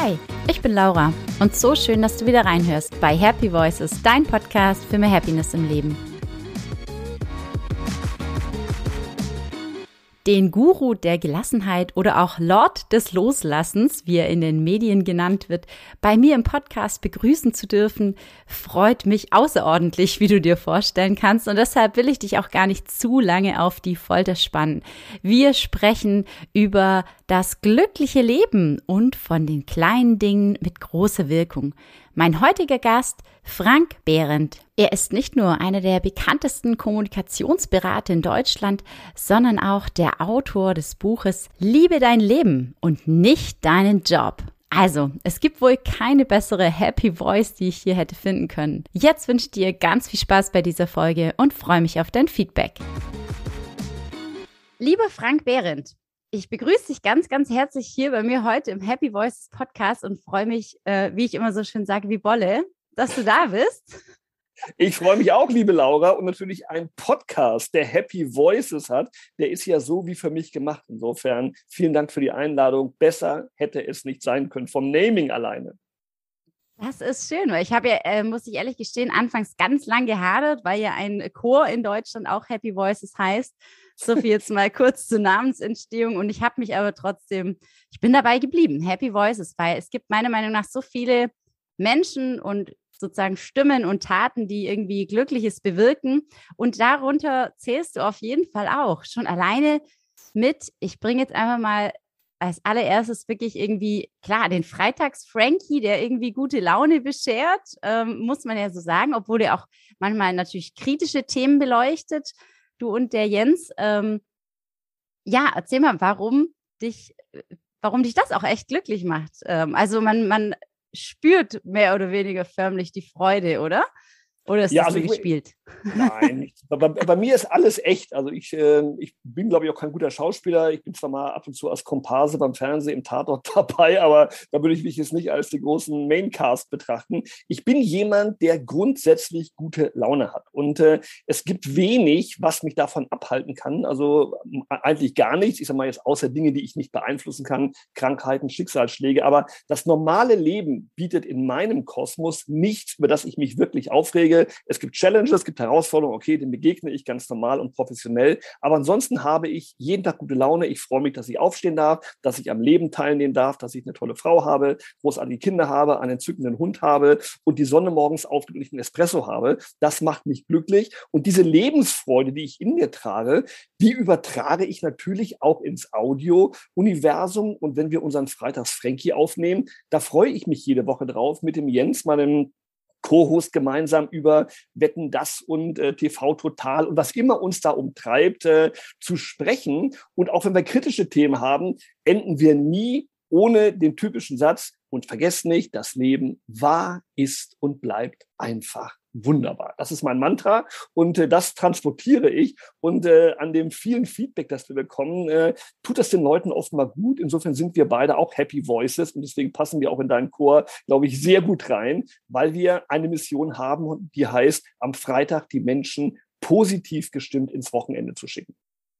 Hi, ich bin Laura und so schön, dass du wieder reinhörst bei Happy Voices, dein Podcast für mehr Happiness im Leben. Den Guru der Gelassenheit oder auch Lord des Loslassens, wie er in den Medien genannt wird, bei mir im Podcast begrüßen zu dürfen, freut mich außerordentlich, wie du dir vorstellen kannst. Und deshalb will ich dich auch gar nicht zu lange auf die Folter spannen. Wir sprechen über das glückliche Leben und von den kleinen Dingen mit großer Wirkung. Mein heutiger Gast, Frank Behrendt. Er ist nicht nur einer der bekanntesten Kommunikationsberater in Deutschland, sondern auch der Autor des Buches Liebe dein Leben und nicht deinen Job. Also, es gibt wohl keine bessere Happy Voice, die ich hier hätte finden können. Jetzt wünsche ich dir ganz viel Spaß bei dieser Folge und freue mich auf dein Feedback. Lieber Frank Behrendt, ich begrüße dich ganz, ganz herzlich hier bei mir heute im Happy Voices Podcast und freue mich, wie ich immer so schön sage, wie Bolle, dass du da bist. Ich freue mich auch, liebe Laura, und natürlich ein Podcast, der Happy Voices hat, der ist ja so wie für mich gemacht. Insofern vielen Dank für die Einladung. Besser hätte es nicht sein können, vom Naming alleine. Das ist schön, weil ich habe ja, muss ich ehrlich gestehen, anfangs ganz lang gehadert, weil ja ein Chor in Deutschland auch Happy Voices heißt. So viel jetzt mal kurz zur Namensentstehung. Und ich habe mich aber trotzdem, ich bin dabei geblieben, Happy Voices, weil es gibt meiner Meinung nach so viele Menschen und sozusagen Stimmen und Taten, die irgendwie Glückliches bewirken. Und darunter zählst du auf jeden Fall auch. Schon alleine mit, ich bringe jetzt einfach mal als allererstes wirklich irgendwie, klar, den Freitags-Frankie, der irgendwie gute Laune beschert, muss man ja so sagen, obwohl er auch manchmal natürlich kritische Themen beleuchtet. Du und der Jens. Ja, erzähl mal, warum dich das auch echt glücklich macht. Also man spürt mehr oder weniger förmlich die Freude, oder? Oder ist das nur gespielt? Nein, bei mir ist alles echt. Also ich bin, glaube ich, auch kein guter Schauspieler. Ich bin zwar mal ab und zu als Komparse beim Fernsehen im Tatort dabei, aber da würde ich mich jetzt nicht als den großen Maincast betrachten. Ich bin jemand, der grundsätzlich gute Laune hat. Und es gibt wenig, was mich davon abhalten kann. Also eigentlich gar nichts. Ich sage mal jetzt außer Dinge, die ich nicht beeinflussen kann, Krankheiten, Schicksalsschläge. Aber das normale Leben bietet in meinem Kosmos nichts, über das ich mich wirklich aufrege. Es gibt Challenges, es gibt Herausforderungen, okay, denen begegne ich ganz normal und professionell. Aber ansonsten habe ich jeden Tag gute Laune. Ich freue mich, dass ich aufstehen darf, dass ich am Leben teilnehmen darf, dass ich eine tolle Frau habe, großartige Kinder habe, einen entzückenden Hund habe und die Sonne morgens aufgeht und ich einen Espresso habe. Das macht mich glücklich. Und diese Lebensfreude, die ich in mir trage, die übertrage ich natürlich auch ins Audio-Universum. Und wenn wir unseren Freitags-Frankie aufnehmen, da freue ich mich jede Woche drauf, mit dem Jens, meinem Co-Host, gemeinsam über Wetten, das und TV Total und was immer uns da umtreibt, zu sprechen. Und auch wenn wir kritische Themen haben, enden wir nie ohne den typischen Satz: Und vergesst nicht, das Leben war, ist und bleibt einfach wunderbar. Das ist mein Mantra und das transportiere ich. Und an dem vielen Feedback, das wir bekommen, tut das den Leuten offenbar gut. Insofern sind wir beide auch Happy Voices und deswegen passen wir auch in deinen Chor, glaube ich, sehr gut rein, weil wir eine Mission haben, die heißt, am Freitag die Menschen positiv gestimmt ins Wochenende zu schicken.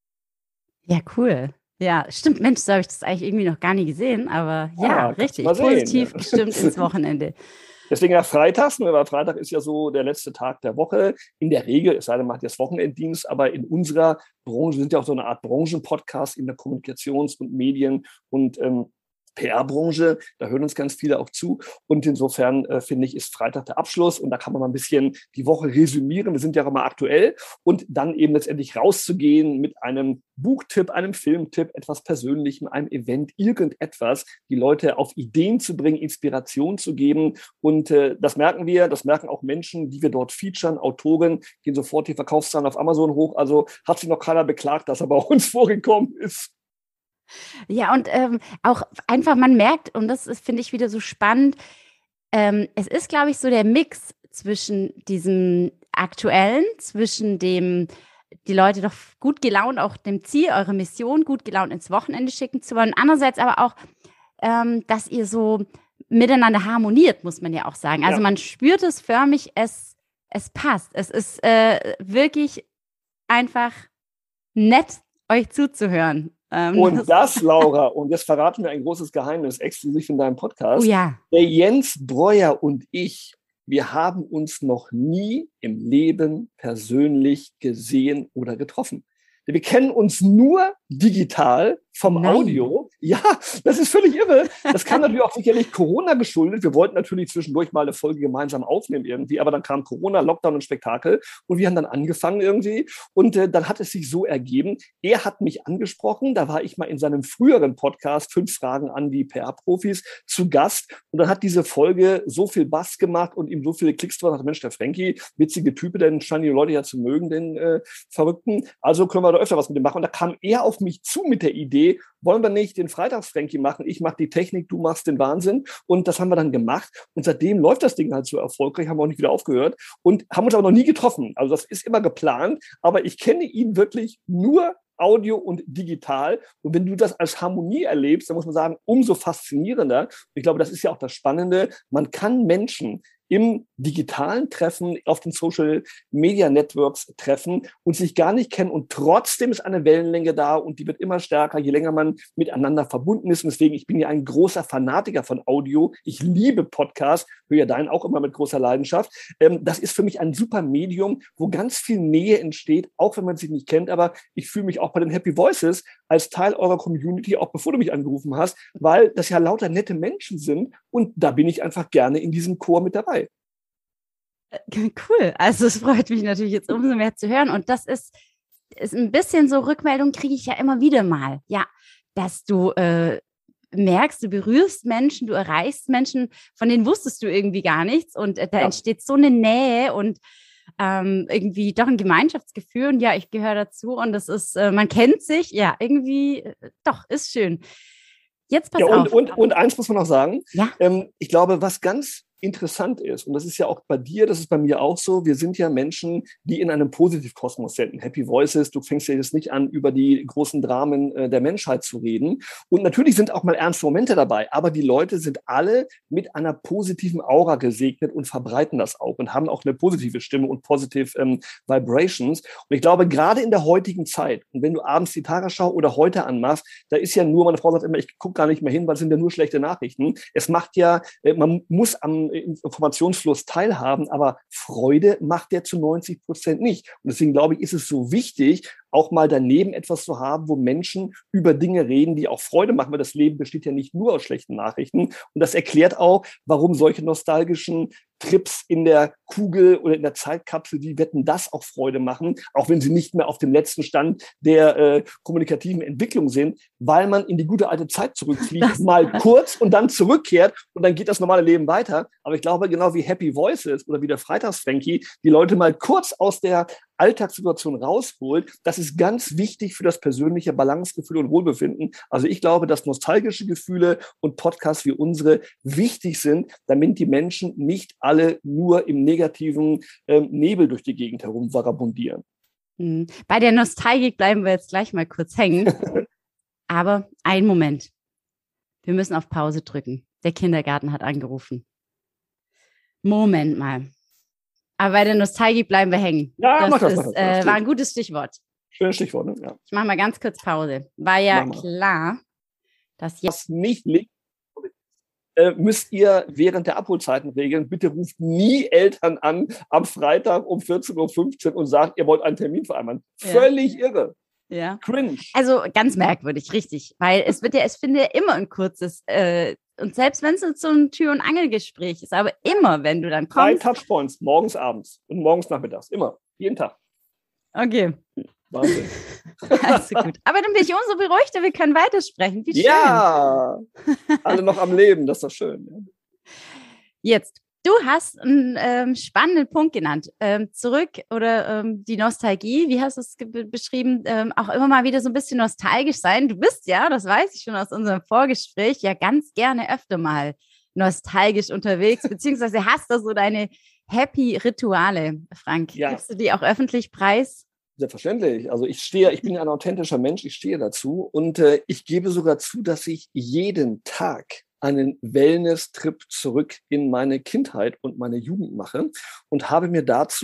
Ja, cool. Ja, stimmt. Mensch, so habe ich das eigentlich irgendwie noch gar nie gesehen, aber ja, richtig. Positiv gestimmt ins Wochenende. Deswegen ja freitags, weil Freitag ist ja so der letzte Tag der Woche. In der Regel, es sei denn, macht jetzt Wochenenddienst, aber in unserer Branche sind ja auch so eine Art Branchenpodcast in der Kommunikations- und Medien- und PR-Branche, da hören uns ganz viele auch zu und insofern finde ich, ist Freitag der Abschluss und da kann man mal ein bisschen die Woche resümieren, wir sind ja auch immer aktuell und dann eben letztendlich rauszugehen mit einem Buchtipp, einem Filmtipp, etwas Persönlichem, einem Event, irgendetwas, die Leute auf Ideen zu bringen, Inspiration zu geben und das merken auch Menschen, die wir dort featuren, Autoren, gehen sofort die Verkaufszahlen auf Amazon hoch, also hat sich noch keiner beklagt, dass er bei uns vorgekommen ist. Ja, und auch einfach, man merkt, und das ist, finde ich, wieder so spannend, es ist, glaube ich, so der Mix zwischen diesem Aktuellen, zwischen dem, die Leute doch gut gelaunt, auch dem Ziel, eure Mission gut gelaunt ins Wochenende schicken zu wollen. Andererseits aber auch, dass ihr so miteinander harmoniert, muss man ja auch sagen. Also man spürt es förmlich, es passt. Es ist wirklich einfach nett, euch zuzuhören. Und das, Laura, und jetzt verraten wir ein großes Geheimnis, exklusiv in deinem Podcast. Oh ja. Der Jens Breuer und ich, wir haben uns noch nie im Leben persönlich gesehen oder getroffen. Wir kennen uns nur digital vom Audio. Ja, das ist völlig irre. Das kam natürlich auch sicherlich Corona geschuldet. Wir wollten natürlich zwischendurch mal eine Folge gemeinsam aufnehmen irgendwie, aber dann kam Corona, Lockdown und Spektakel und wir haben dann angefangen irgendwie und dann hat es sich so ergeben, er hat mich angesprochen, da war ich mal in seinem früheren Podcast 5 Fragen an die PR-Profis zu Gast und dann hat diese Folge so viel Bass gemacht und ihm so viele Klicks drin, dachte, Mensch, der Frankie, witzige Type, den scheinen die Leute ja zu mögen, den Verrückten, also können wir da öfter was mit dem machen und da kam er auf mich zu mit der Idee, wollen wir nicht den Freitags-Frankie machen? Ich mache die Technik, du machst den Wahnsinn. Und das haben wir dann gemacht. Und seitdem läuft das Ding halt so erfolgreich, haben wir auch nicht wieder aufgehört und haben uns aber noch nie getroffen. Also das ist immer geplant, aber ich kenne ihn wirklich nur Audio und digital. Und wenn du das als Harmonie erlebst, dann muss man sagen, umso faszinierender. Und ich glaube, das ist ja auch das Spannende. Man kann Menschen im digitalen Treffen, auf den Social Media Networks treffen und sich gar nicht kennen und trotzdem ist eine Wellenlänge da und die wird immer stärker, je länger man miteinander verbunden ist. Und deswegen, ich bin ja ein großer Fanatiker von Audio. Ich liebe Podcasts, höre ja deinen auch immer mit großer Leidenschaft. Das ist für mich ein super Medium, wo ganz viel Nähe entsteht, auch wenn man sich nicht kennt. Aber ich fühle mich auch bei den Happy Voices als Teil eurer Community, auch bevor du mich angerufen hast, weil das ja lauter nette Menschen sind und da bin ich einfach gerne in diesem Chor mit dabei. Cool. Also es freut mich natürlich jetzt umso mehr zu hören. Und das ist ein bisschen so Rückmeldung kriege ich ja immer wieder mal. Ja, dass du merkst, du berührst Menschen, du erreichst Menschen, von denen wusstest du irgendwie gar nichts. Und da entsteht so eine Nähe und irgendwie doch ein Gemeinschaftsgefühl. Und ja, ich gehöre dazu. Und das ist, man kennt sich. Ja, irgendwie, doch, ist schön. Jetzt pass auf. Und eins muss man noch sagen. Ja. Ich glaube, was ganz interessant ist, und das ist ja auch bei dir, das ist bei mir auch so, wir sind ja Menschen, die in einem Positivkosmos sind. Happy Voices, du fängst ja jetzt nicht an, über die großen Dramen der Menschheit zu reden. Und natürlich sind auch mal ernste Momente dabei, aber die Leute sind alle mit einer positiven Aura gesegnet und verbreiten das auch und haben auch eine positive Stimme und positive Vibrations. Und ich glaube, gerade in der heutigen Zeit, und wenn du abends die Tagesschau oder heute anmachst, da ist ja nur, meine Frau sagt immer, ich gucke gar nicht mehr hin, weil es sind ja nur schlechte Nachrichten. Es macht ja, man muss am Informationsfluss teilhaben, aber Freude macht der zu 90% nicht. Und deswegen glaube ich, ist es so wichtig, auch mal daneben etwas zu haben, wo Menschen über Dinge reden, die auch Freude machen, weil das Leben besteht ja nicht nur aus schlechten Nachrichten. Und das erklärt auch, warum solche nostalgischen Trips in der Kugel oder in der Zeitkapsel, die Wetten, das auch Freude machen, auch wenn sie nicht mehr auf dem letzten Stand der kommunikativen Entwicklung sind, weil man in die gute alte Zeit zurückfliegt, mal kurz und dann zurückkehrt und dann geht das normale Leben weiter. Aber ich glaube, genau wie Happy Voices oder wie der Freitags-Frankie die Leute mal kurz aus der Alltagssituation rausholt, das ist ganz wichtig für das persönliche Balancegefühl und Wohlbefinden. Also ich glaube, dass nostalgische Gefühle und Podcasts wie unsere wichtig sind, damit die Menschen nicht alle nur im negativen Nebel durch die Gegend herum vagabundieren. Bei der Nostalgie bleiben wir jetzt gleich mal kurz hängen. Aber einen Moment. Wir müssen auf Pause drücken. Der Kindergarten hat angerufen. Moment mal. Aber bei der Nostalgie bleiben wir hängen. Ja, das war ein gutes Stichwort. Schönes Stichwort, ne? Ja. Ich mache mal ganz kurz Pause. War ja klar, dass jetzt nicht liegt, müsst ihr während der Abholzeiten regeln. Bitte ruft nie Eltern an am Freitag um 14.15 Uhr und sagt, ihr wollt einen Termin vereinbaren. Völlig irre. Ja. Cringe. Also ganz merkwürdig, richtig. Weil es findet ja immer ein kurzes, und selbst wenn es so ein Tür- und Angelgespräch ist, aber immer, wenn du dann kommst. 3 Touchpoints, morgens, abends und morgens, nachmittags. Immer. Jeden Tag. Okay. Wahnsinn. Also gut. Aber dann bin ich umso beruhigter, wir können weitersprechen. Wie schön. Ja, alle noch am Leben, das ist doch schön. Jetzt, du hast einen spannenden Punkt genannt. Die Nostalgie, wie hast du es beschrieben, auch immer mal wieder so ein bisschen nostalgisch sein. Du bist ja, das weiß ich schon aus unserem Vorgespräch, ja ganz gerne öfter mal nostalgisch unterwegs, beziehungsweise hast du so deine Happy-Rituale, Frank. Ja. Gibst du die auch öffentlich preis? Selbstverständlich. Also ich bin ein authentischer Mensch, ich stehe dazu und ich gebe sogar zu, dass ich jeden Tag einen Wellness-Trip zurück in meine Kindheit und meine Jugend mache und habe mir dazu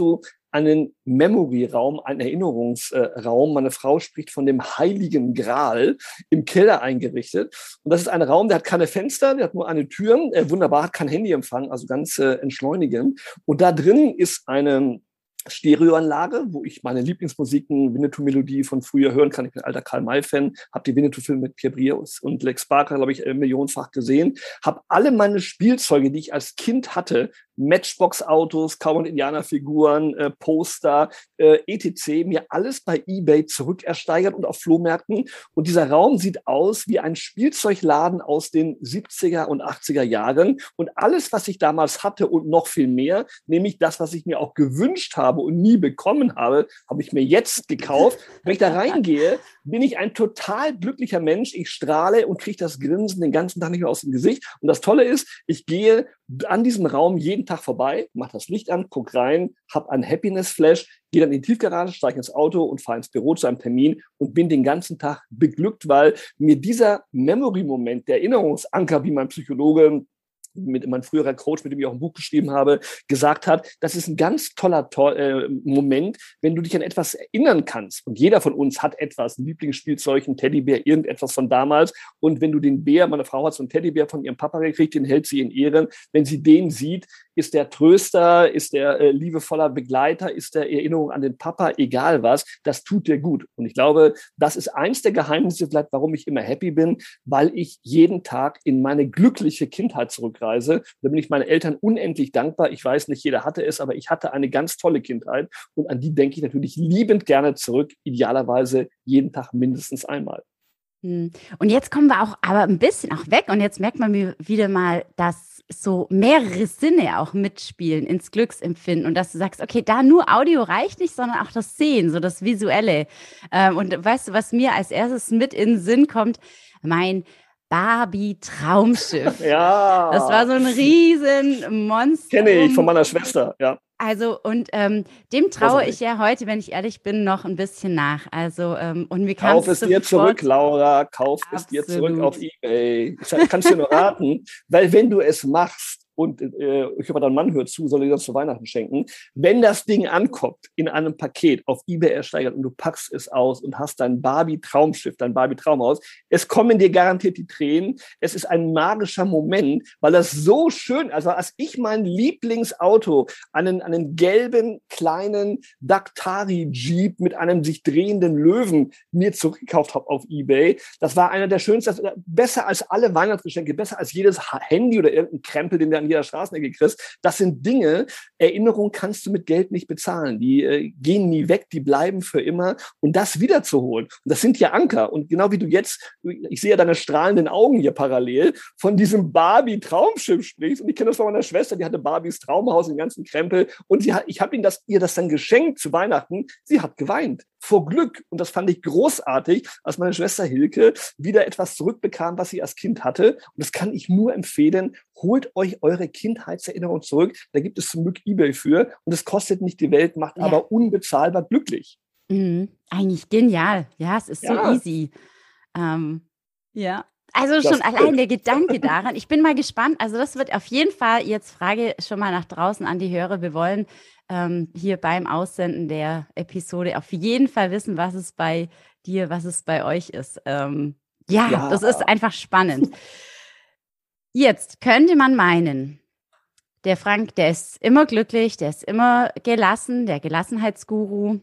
einen Memory-Raum, einen Erinnerungsraum. Meine Frau spricht von dem Heiligen Gral im Keller eingerichtet. Und das ist ein Raum, der hat keine Fenster, der hat nur eine Tür. Wunderbar, hat kein Handyempfang, also ganz entschleunigend. Und da drin ist eine Stereoanlage, wo ich meine Lieblingsmusiken, Winnetou-Melodie von früher hören kann. Ich bin ein alter Karl-May-Fan, habe die Winnetou-Filme mit Pierre Brios und Lex Barker, glaube ich, millionenfach gesehen, habe alle meine Spielzeuge, die ich als Kind hatte, Matchbox-Autos, Cowboy- und Indianerfiguren, Poster, etc., mir alles bei eBay zurückersteigert und auf Flohmärkten. Und dieser Raum sieht aus wie ein Spielzeugladen aus den 70er und 80er Jahren. Und alles, was ich damals hatte und noch viel mehr, nämlich das, was ich mir auch gewünscht habe und nie bekommen habe, habe ich mir jetzt gekauft. Wenn ich da reingehe, bin ich ein total glücklicher Mensch. Ich strahle und kriege das Grinsen den ganzen Tag nicht mehr aus dem Gesicht. Und das Tolle ist, ich gehe an diesem Raum jeden Tag vorbei, mache das Licht an, guck rein, habe einen Happiness-Flash, gehe dann in die Tiefgarage, steige ins Auto und fahre ins Büro zu einem Termin und bin den ganzen Tag beglückt, weil mir dieser Memory-Moment, der Erinnerungsanker, wie mein Psychologe mit meinem früherer Coach, mit dem ich auch ein Buch geschrieben habe, gesagt hat, das ist ein ganz toller Moment, wenn du dich an etwas erinnern kannst. Und jeder von uns hat etwas, ein Lieblingsspielzeug, ein Teddybär, irgendetwas von damals. Und wenn du den Bär, meine Frau hat so einen Teddybär von ihrem Papa gekriegt, den hält sie in Ehren. Wenn sie den sieht, ist der Tröster, ist der liebevoller Begleiter, ist der Erinnerung an den Papa, egal was, das tut dir gut. Und ich glaube, das ist eins der Geheimnisse vielleicht, warum ich immer happy bin, weil ich jeden Tag in meine glückliche Kindheit zurückreise. Da bin ich meinen Eltern unendlich dankbar. Ich weiß nicht, jeder hatte es, aber ich hatte eine ganz tolle Kindheit und an die denke ich natürlich liebend gerne zurück, idealerweise jeden Tag mindestens einmal. Und jetzt kommen wir auch aber ein bisschen auch weg und jetzt merkt man wieder mal, dass so mehrere Sinne auch mitspielen ins Glücksempfinden und dass du sagst, okay, da nur Audio reicht nicht, sondern auch das Sehen, so das Visuelle. Und weißt du, was mir als erstes mit in den Sinn kommt? Mein Barbie-Traumschiff. Ja. Das war so ein riesen Monster. Kenne ich von meiner Schwester, ja. Also, und dem traue ich ja heute, wenn ich ehrlich bin, noch ein bisschen nach. Also, und mir kam Kauf es dir zurück, Laura, kauf es dir zurück auf eBay. Ich kann es dir nur raten, weil wenn du es machst, und ich hoffe, dein Mann hört zu, soll dir das zu Weihnachten schenken. Wenn das Ding ankommt in einem Paket auf eBay ersteigert und du packst es aus und hast dein Barbie-Traumschiff, dein Barbie-Traumhaus, es kommen dir garantiert die Tränen. Es ist ein magischer Moment, weil das so schön, also als ich mein Lieblingsauto, einen gelben, kleinen Daktari Jeep mit einem sich drehenden Löwen mir zurückgekauft habe auf eBay, das war einer der schönsten, besser als alle Weihnachtsgeschenke, besser als jedes Handy oder irgendein Krempel, den der an jeder Straßenecke kriegst. Das sind Dinge, Erinnerungen kannst du mit Geld nicht bezahlen. Die gehen nie weg, die bleiben für immer. Und das wiederzuholen, und das sind ja Anker. Und genau wie du jetzt, ich sehe ja deine strahlenden Augen hier parallel, von diesem Barbie-Traumschiff sprichst. Und ich kenne das von meiner Schwester, die hatte Barbies Traumhaus, den ganzen Krempel. Und ich habe ihr das dann geschenkt zu Weihnachten. Sie hat geweint vor Glück. Und das fand ich großartig, als meine Schwester Hilke wieder etwas zurückbekam, was sie als Kind hatte. Und das kann ich nur empfehlen. Holt euch eure Kindheitserinnerung zurück. Da gibt es zum Glück eBay für. Und es kostet nicht die Welt, macht aber unbezahlbar glücklich. Eigentlich genial. Ja, es ist so easy. Ja. Also schon allein der Gedanke daran. Ich bin mal gespannt. Also das wird auf jeden Fall, jetzt Frage schon mal nach draußen an die Hörer. Wir wollen hier beim Aussenden der Episode auf jeden Fall wissen, was es bei dir, was es bei euch ist. Das ist einfach spannend. Jetzt könnte man meinen, der Frank, der ist immer glücklich, der ist immer gelassen, der Gelassenheitsguru.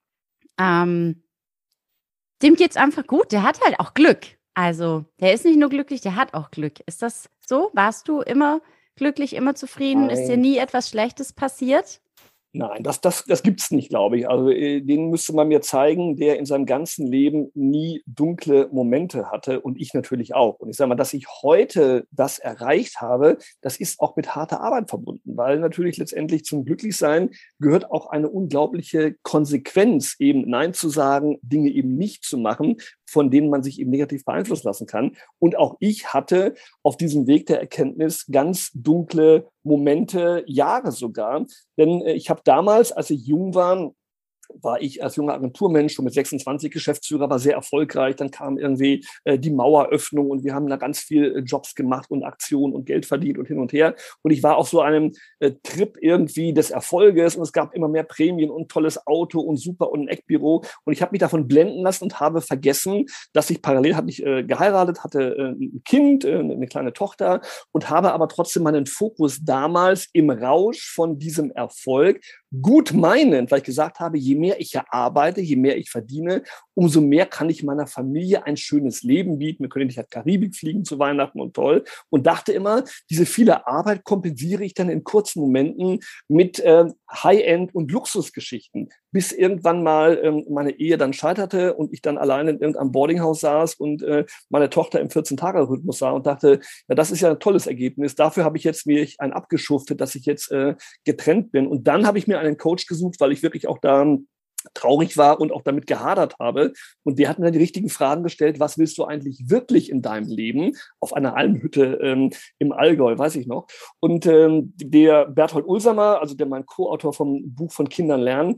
Dem geht's einfach gut, der hat halt auch Glück. Also, der ist nicht nur glücklich, der hat auch Glück. Ist das so? Warst du immer glücklich, immer zufrieden? Nein. Ist dir nie etwas Schlechtes passiert? Nein, das gibt's nicht, glaube ich. Also den müsste man mir zeigen, der in seinem ganzen Leben nie dunkle Momente hatte und ich natürlich auch. Und ich sage mal, dass ich heute das erreicht habe, das ist auch mit harter Arbeit verbunden, weil natürlich letztendlich zum Glücklichsein gehört auch eine unglaubliche Konsequenz, eben Nein zu sagen, Dinge eben nicht zu machen, von denen man sich eben negativ beeinflussen lassen kann. Und auch ich hatte auf diesem Weg der Erkenntnis ganz dunkle Momente, Jahre sogar. Denn ich habe damals, als ich jung war, war ich als junger Agenturmensch schon mit 26 Geschäftsführer, war sehr erfolgreich. Dann kam irgendwie die Maueröffnung und wir haben da ganz viel Jobs gemacht und Aktionen und Geld verdient und hin und her. Und ich war auf so einem Trip irgendwie des Erfolges und es gab immer mehr Prämien und tolles Auto und super und ein Eckbüro. Und ich habe mich davon blenden lassen und habe vergessen, dass ich parallel habe ich geheiratet, hatte ein Kind, eine kleine Tochter und habe aber trotzdem meinen Fokus damals im Rausch von diesem Erfolg gut meinend, weil ich gesagt habe, je mehr ich arbeite, je mehr ich verdiene, umso mehr kann ich meiner Familie ein schönes Leben bieten. Wir können nicht in die Karibik fliegen zu Weihnachten und toll. Und dachte immer, diese viele Arbeit kompensiere ich dann in kurzen Momenten mit High-End und Luxusgeschichten. Bis irgendwann mal meine Ehe dann scheiterte und ich dann alleine in irgendeinem Boardinghaus saß und meine Tochter im 14-Tage-Rhythmus sah und dachte, ja, das ist ja ein tolles Ergebnis. Dafür habe ich jetzt mir einen abgeschuftet, dass ich jetzt getrennt bin. Und dann habe ich mir einen Coach gesucht, weil ich wirklich auch da traurig war und auch damit gehadert habe. Und der hat mir dann die richtigen Fragen gestellt, was willst du eigentlich wirklich in deinem Leben? Auf einer Almhütte im Allgäu, weiß ich noch. Und der Berthold Ulsamer, also der mein Co-Autor vom Buch von Kindern lernen,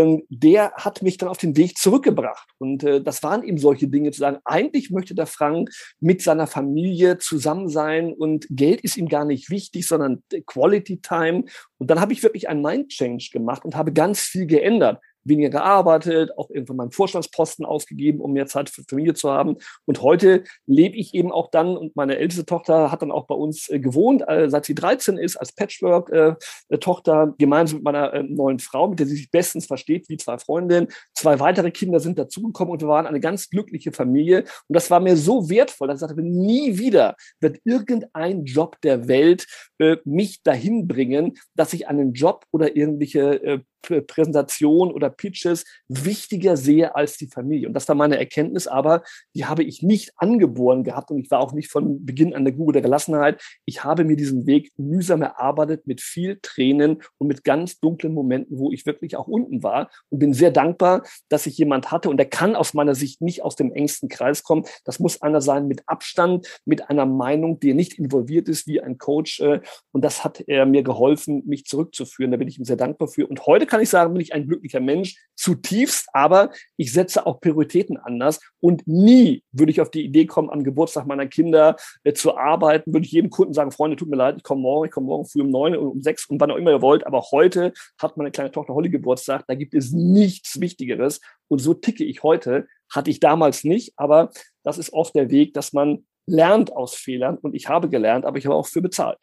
der hat mich dann auf den Weg zurückgebracht. Und das waren eben solche Dinge, zu sagen, eigentlich möchte der Frank mit seiner Familie zusammen sein und Geld ist ihm gar nicht wichtig, sondern Quality Time. Und dann habe ich wirklich einen Mind-Change gemacht und habe ganz viel geändert. Weniger gearbeitet, auch irgendwann meinen Vorstandsposten aufgegeben, um mehr Zeit für Familie zu haben. Und heute lebe ich eben auch dann, und meine älteste Tochter hat dann auch bei uns gewohnt, seit sie 13 ist, als Patchwork-Tochter, gemeinsam mit meiner neuen Frau, mit der sie sich bestens versteht, wie zwei Freundinnen. 2 weitere Kinder sind dazugekommen und wir waren eine ganz glückliche Familie. Und das war mir so wertvoll, dass ich sagte, nie wieder wird irgendein Job der Welt mich dahin bringen, dass ich einen Job oder irgendwelche Präsentation oder Pitches wichtiger sehe als die Familie. Und das war meine Erkenntnis, aber die habe ich nicht angeboren gehabt und ich war auch nicht von Beginn an der Guru der Gelassenheit. Ich habe mir diesen Weg mühsam erarbeitet mit viel Tränen und mit ganz dunklen Momenten, wo ich wirklich auch unten war und bin sehr dankbar, dass ich jemand hatte und der kann aus meiner Sicht nicht aus dem engsten Kreis kommen. Das muss einer sein mit Abstand, mit einer Meinung, die nicht involviert ist wie ein Coach und das hat er mir geholfen, mich zurückzuführen. Da bin ich ihm sehr dankbar für und heute kann ich sagen, bin ich ein glücklicher Mensch, zutiefst, aber ich setze auch Prioritäten anders und nie würde ich auf die Idee kommen, am Geburtstag meiner Kinder zu arbeiten, würde ich jedem Kunden sagen, Freunde, tut mir leid, ich komme morgen früh um 9 und um 6 und wann auch immer ihr wollt, aber heute hat meine kleine Tochter Holly Geburtstag, da gibt es nichts Wichtigeres und so ticke ich heute, hatte ich damals nicht, aber das ist oft der Weg, dass man lernt aus Fehlern und ich habe gelernt, aber ich habe auch für bezahlt.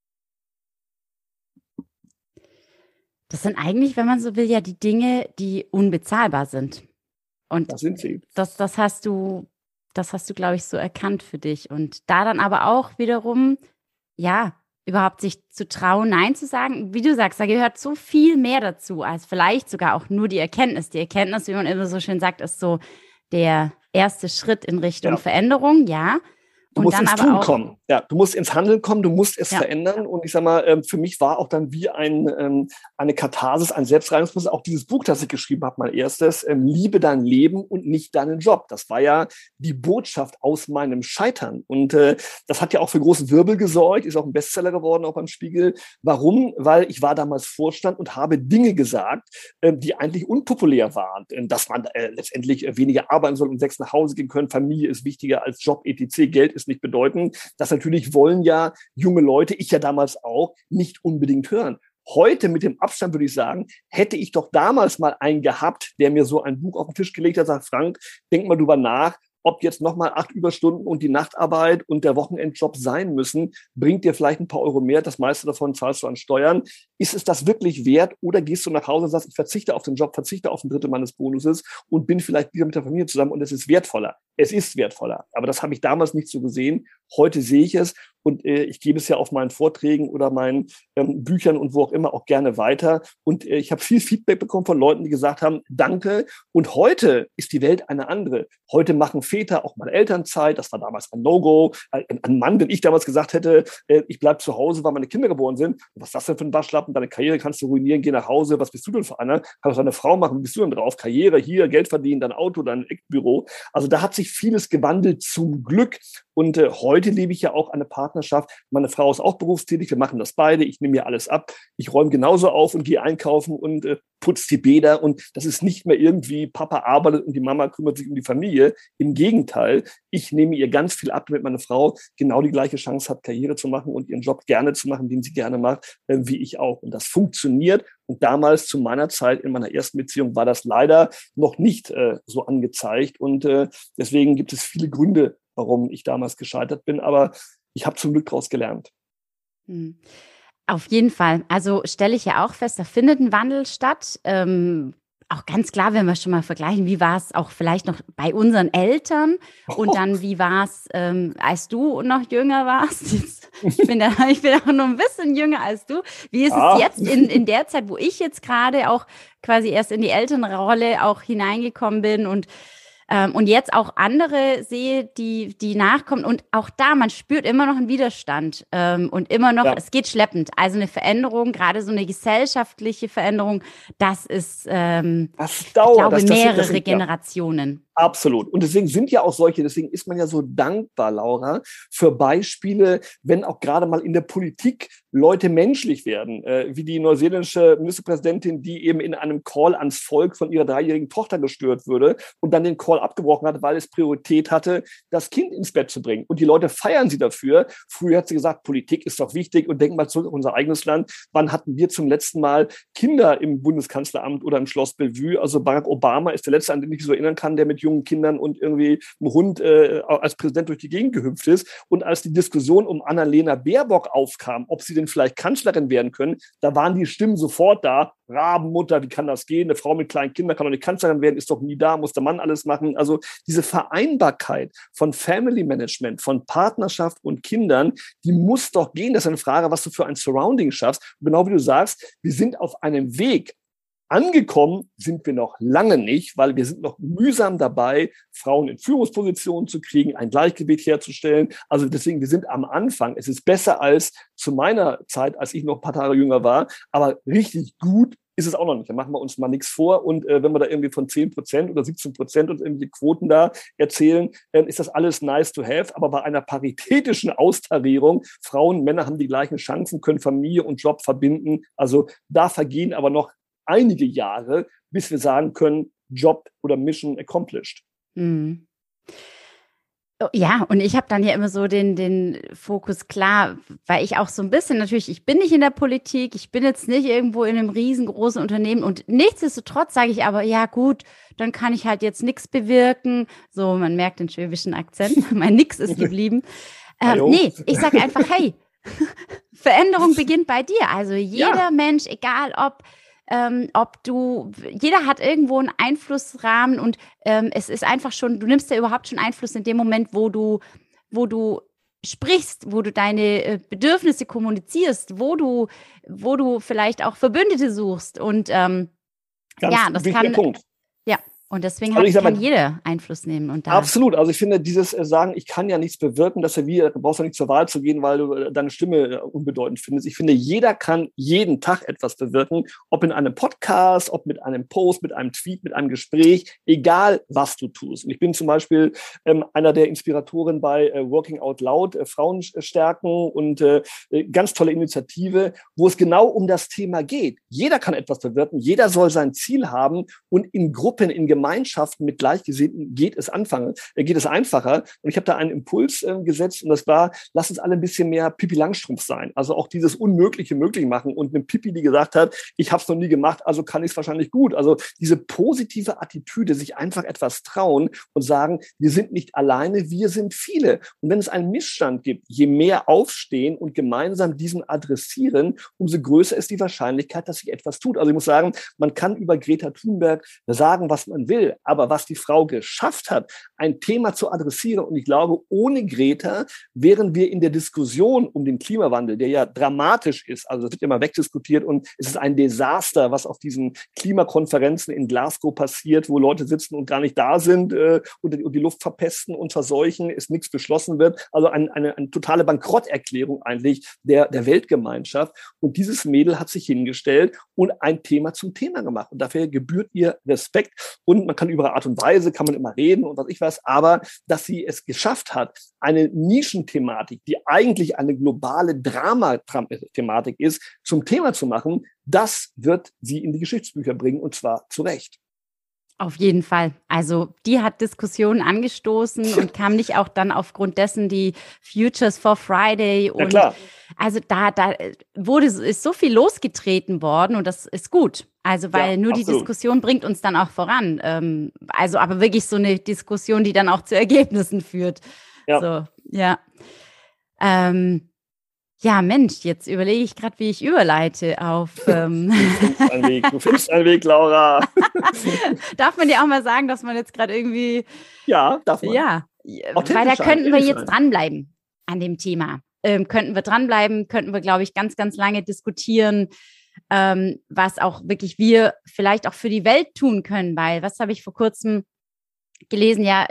Das sind eigentlich, wenn man so will, ja die Dinge, die unbezahlbar sind. Und das sind sie. Das hast du, glaube ich, so erkannt für dich. Und da dann aber auch wiederum, ja, überhaupt sich zu trauen, Nein zu sagen. Wie du sagst, da gehört so viel mehr dazu, als vielleicht sogar auch nur die Erkenntnis. Die Erkenntnis, wie man immer so schön sagt, ist so der erste Schritt in Richtung Veränderung, ja. Du musst ins Tun kommen. Ja, du musst ins Handeln kommen, du musst es verändern. Und ich sag mal, für mich war auch dann wie eine Katharsis, ein Selbstreinigungsprozess. Auch dieses Buch, das ich geschrieben habe, mein erstes, Liebe dein Leben und nicht deinen Job. Das war ja die Botschaft aus meinem Scheitern. Und das hat ja auch für großen Wirbel gesorgt, ist auch ein Bestseller geworden, auch beim Spiegel. Warum? Weil ich war damals Vorstand und habe Dinge gesagt, die eigentlich unpopulär waren. Dass man letztendlich weniger arbeiten soll und 6 nach Hause gehen können. Familie ist wichtiger als Job, etc. Geld ist nicht bedeutend. Das natürlich wollen ja junge Leute, ich ja damals auch, nicht unbedingt hören. Heute mit dem Abstand würde ich sagen, hätte ich doch damals mal einen gehabt, der mir so ein Buch auf den Tisch gelegt hat, sagt, Frank, denk mal drüber nach, ob jetzt nochmal 8 Überstunden und die Nachtarbeit und der Wochenendjob sein müssen, bringt dir vielleicht ein paar Euro mehr, das meiste davon zahlst du an Steuern. Ist es das wirklich wert oder gehst du nach Hause und sagst, ich verzichte auf den Job, verzichte auf ein Drittel meines Bonuses und bin vielleicht wieder mit der Familie zusammen und es ist wertvoller. Es ist wertvoller, aber das habe ich damals nicht so gesehen. Heute sehe ich es und ich gebe es ja auf meinen Vorträgen oder meinen Büchern und wo auch immer auch gerne weiter. Und ich habe viel Feedback bekommen von Leuten, die gesagt haben, danke. Und heute ist die Welt eine andere. Heute machen Väter auch mal Elternzeit. Das war damals ein No-Go. Ein Mann, wenn ich damals gesagt hätte, ich bleibe zu Hause, weil meine Kinder geboren sind. Was ist das denn für ein Waschlappen? Deine Karriere kannst du ruinieren, geh nach Hause. Was bist du denn für einer? Kann das deine Frau machen? Wie bist du denn drauf? Karriere hier, Geld verdienen, dein Auto, dein Eckbüro. Also da hat sich vieles gewandelt, zum Glück. Und heute lebe ich ja auch eine Partnerschaft. Meine Frau ist auch berufstätig, wir machen das beide. Ich nehme mir alles ab. Ich räume genauso auf und gehe einkaufen und putzt die Bäder und das ist nicht mehr irgendwie Papa arbeitet und die Mama kümmert sich um die Familie. Im Gegenteil, ich nehme ihr ganz viel ab, damit meine Frau genau die gleiche Chance hat, Karriere zu machen und ihren Job gerne zu machen, den sie gerne macht, wie ich auch. Und das funktioniert. Und damals zu meiner Zeit in meiner ersten Beziehung war das leider noch nicht so angezeigt. Und deswegen gibt es viele Gründe, warum ich damals gescheitert bin. Aber ich habe zum Glück daraus gelernt. Auf jeden Fall. Also stelle ich ja auch fest, da findet ein Wandel statt. Auch ganz klar, wenn wir schon mal vergleichen, wie war es auch vielleicht noch bei unseren Eltern und dann wie war es, als du noch jünger warst? Ich bin auch noch ein bisschen jünger als du. Wie ist es jetzt in der Zeit, wo ich jetzt gerade auch quasi erst in die Elternrolle auch hineingekommen bin und jetzt auch andere sehe, die nachkommen. Und auch da, man spürt immer noch einen Widerstand und immer noch, es geht schleppend. Also eine Veränderung, gerade so eine gesellschaftliche Veränderung, das ist, das dauert, ich glaube, mehrere Generationen. Absolut. Und deswegen deswegen ist man ja so dankbar, Laura, für Beispiele, wenn auch gerade mal in der Politik Leute menschlich werden, wie die neuseeländische Ministerpräsidentin, die eben in einem Call ans Volk von ihrer 3-jährigen Tochter gestört würde und dann den Call abgebrochen hat, weil es Priorität hatte, das Kind ins Bett zu bringen. Und die Leute feiern sie dafür. Früher hat sie gesagt, Politik ist doch wichtig und denk mal zurück auf unser eigenes Land. Wann hatten wir zum letzten Mal Kinder im Bundeskanzleramt oder im Schloss Bellevue? Also Barack Obama ist der letzte, an den ich mich so erinnern kann, der mit jungen Kindern und irgendwie einem Hund als Präsident durch die Gegend gehüpft ist. Und als die Diskussion um Annalena Baerbock aufkam, ob sie denn vielleicht Kanzlerin werden können, da waren die Stimmen sofort da. Rabenmutter, wie kann das gehen? Eine Frau mit kleinen Kindern kann doch nicht Kanzlerin werden, ist doch nie da, muss der Mann alles machen. Also diese Vereinbarkeit von Family Management, von Partnerschaft und Kindern, die muss doch gehen. Das ist eine Frage, was du für ein Surrounding schaffst. Und genau wie du sagst, wir sind auf einem Weg. Angekommen sind wir noch lange nicht, weil wir sind noch mühsam dabei, Frauen in Führungspositionen zu kriegen, ein Gleichgewicht herzustellen. Also deswegen, wir sind am Anfang. Es ist besser als zu meiner Zeit, als ich noch ein paar Tage jünger war. Aber richtig gut ist es auch noch nicht. Da machen wir uns mal nichts vor. Und wenn wir da irgendwie von 10% oder 17% und irgendwelche Quoten da erzählen, ist das alles nice to have. Aber bei einer paritätischen Austarierung, Frauen, Männer haben die gleichen Chancen, können Familie und Job verbinden. Also da vergehen aber noch einige Jahre, bis wir sagen können, Job oder Mission accomplished. Mhm. Ja, und ich habe dann ja immer so den Fokus klar, weil ich auch so ein bisschen natürlich, ich bin nicht in der Politik, ich bin jetzt nicht irgendwo in einem riesengroßen Unternehmen und nichtsdestotrotz sage ich aber, ja gut, dann kann ich halt jetzt nichts bewirken. So, man merkt den schwäbischen Akzent, mein Nix ist geblieben. Nee, ich sage einfach, hey, Veränderung beginnt bei dir. Also jeder Mensch, egal ob jeder hat irgendwo einen Einflussrahmen und es ist einfach schon, du nimmst ja überhaupt schon Einfluss in dem Moment, wo du sprichst, wo du deine Bedürfnisse kommunizierst, wo du vielleicht auch Verbündete suchst und Ganz das kann, Punkt. Ja. Und deswegen kann jeder Einfluss nehmen. Und absolut. Also ich finde, dieses Sagen, ich kann ja nichts bewirken, du brauchst ja nicht zur Wahl zu gehen, weil du deine Stimme unbedeutend findest. Ich finde, jeder kann jeden Tag etwas bewirken, ob in einem Podcast, ob mit einem Post, mit einem Tweet, mit einem Gespräch, egal was du tust. Und ich bin zum Beispiel einer der Inspiratoren bei Working Out Loud, Frauen stärken und ganz tolle Initiative, wo es genau um das Thema geht. Jeder kann etwas bewirken, jeder soll sein Ziel haben und in Gruppen, in Gemeinschaften mit Gleichgesinnten geht es einfacher. Und ich habe da einen Impuls gesetzt und das war, lass uns alle ein bisschen mehr Pippi Langstrumpf sein. Also auch dieses Unmögliche möglich machen und eine Pippi, die gesagt hat, ich habe es noch nie gemacht, also kann ich es wahrscheinlich gut. Also diese positive Attitüde, sich einfach etwas trauen und sagen, wir sind nicht alleine, wir sind viele. Und wenn es einen Missstand gibt, je mehr aufstehen und gemeinsam diesen adressieren, umso größer ist die Wahrscheinlichkeit, dass sich etwas tut. Also ich muss sagen, man kann über Greta Thunberg sagen, was man will, aber was die Frau geschafft hat, ein Thema zu adressieren, und ich glaube, ohne Greta wären wir in der Diskussion um den Klimawandel, der ja dramatisch ist, also es wird immer wegdiskutiert und es ist ein Desaster, was auf diesen Klimakonferenzen in Glasgow passiert, wo Leute sitzen und gar nicht da sind und die Luft verpesten und verseuchen, es nichts beschlossen wird, also eine totale Bankrotterklärung eigentlich der Weltgemeinschaft, und dieses Mädel hat sich hingestellt und ein Thema zum Thema gemacht und dafür gebührt ihr Respekt. Und und man kann über Art und Weise, kann man immer reden und was ich weiß, aber dass sie es geschafft hat, eine Nischenthematik, die eigentlich eine globale Drama-Thematik ist, zum Thema zu machen, das wird sie in die Geschichtsbücher bringen und zwar zu Recht. Auf jeden Fall. Also die hat Diskussionen angestoßen und kam nicht auch dann aufgrund dessen die Futures for Friday. Und ja, klar. Also da ist so viel losgetreten worden und das ist gut. Also weil nur absolut. Die Diskussion bringt uns dann auch voran. Also aber wirklich so eine Diskussion, die dann auch zu Ergebnissen führt. Ja. So, ja. Ja, Mensch, jetzt überlege ich gerade, wie ich überleite auf... Du findest einen Weg, Laura. Darf man dir auch mal sagen, dass man jetzt gerade irgendwie... Ja, darf man. Ja, weil da könnten wir jetzt dranbleiben an dem Thema. Könnten wir, glaube ich, ganz, ganz lange diskutieren, was auch wirklich wir vielleicht auch für die Welt tun können, weil, was habe ich vor kurzem gelesen? Ja,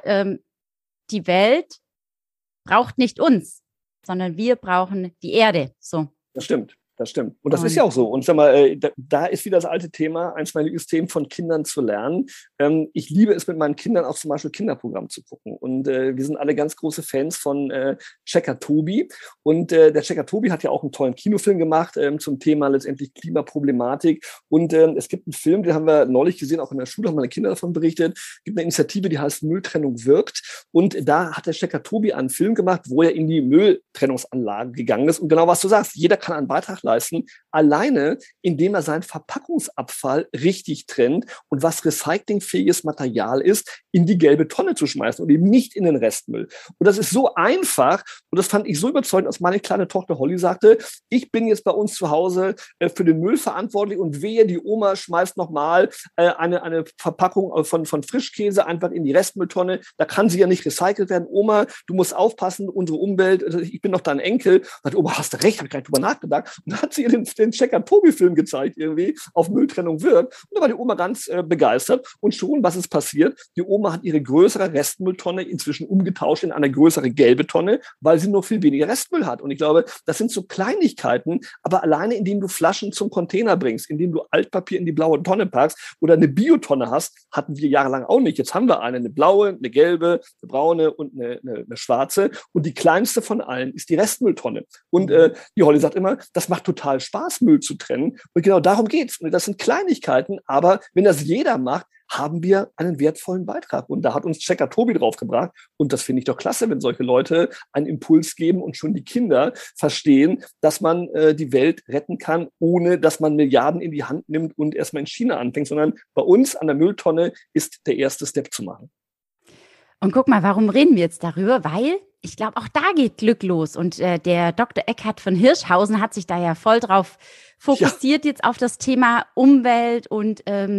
die Welt braucht nicht uns, sondern wir brauchen die Erde. So. Das stimmt. Und das ist ja auch so. Und sag mal, da ist wieder das alte Thema, eins meiner Lieblingsthemen, von Kindern zu lernen. Ich liebe es, mit meinen Kindern auch zum Beispiel Kinderprogramm zu gucken. Und wir sind alle ganz große Fans von Checker Tobi. Und der Checker Tobi hat ja auch einen tollen Kinofilm gemacht zum Thema letztendlich Klimaproblematik. Und es gibt einen Film, den haben wir neulich gesehen, auch in der Schule, haben meine Kinder davon berichtet. Es gibt eine Initiative, die heißt Mülltrennung wirkt. Und da hat der Checker Tobi einen Film gemacht, wo er in die Mülltrennungsanlage gegangen ist. Und genau was du sagst, jeder kann einen Beitrag leisten, alleine indem er seinen Verpackungsabfall richtig trennt und was recyclingfähiges Material ist, in die gelbe Tonne zu schmeißen und eben nicht in den Restmüll. Und das ist so einfach und das fand ich so überzeugend, als meine kleine Tochter Holly sagte, ich bin jetzt bei uns zu Hause für den Müll verantwortlich und wehe, die Oma schmeißt nochmal eine Verpackung von Frischkäse einfach in die Restmülltonne. Da kann sie ja nicht recycelt werden. Oma, du musst aufpassen, unsere Umwelt, ich bin doch dein Enkel. Sagt, Oma, hast du recht, habe ich gar nicht drüber nachgedacht. Und dann hat sie ihr den Checker-Tobi-Film gezeigt, irgendwie, auf Mülltrennung wirkt. Und da war die Oma ganz begeistert. Und schon, was ist passiert? Die Oma hat ihre größere Restmülltonne inzwischen umgetauscht in eine größere gelbe Tonne, weil sie nur viel weniger Restmüll hat. Und ich glaube, das sind so Kleinigkeiten, aber alleine, indem du Flaschen zum Container bringst, indem du Altpapier in die blaue Tonne packst oder eine Biotonne hast, hatten wir jahrelang auch nicht. Jetzt haben wir eine blaue, eine gelbe, eine braune und eine schwarze. Und die kleinste von allen ist die Restmülltonne. Und die Holly sagt immer, das macht total Spaß, Müll zu trennen. Und genau darum geht's. Und das sind Kleinigkeiten, aber wenn das jeder macht, haben wir einen wertvollen Beitrag. Und da hat uns Checker Tobi draufgebracht. Und das finde ich doch klasse, wenn solche Leute einen Impuls geben und schon die Kinder verstehen, dass man die Welt retten kann, ohne dass man Milliarden in die Hand nimmt und erstmal in China anfängt, sondern bei uns an der Mülltonne ist der erste Step zu machen. Und guck mal, warum reden wir jetzt darüber? Weil ich glaube, auch da geht Glück los. Und der Dr. Eckhard von Hirschhausen hat sich da ja voll drauf fokussiert, jetzt auf das Thema Umwelt und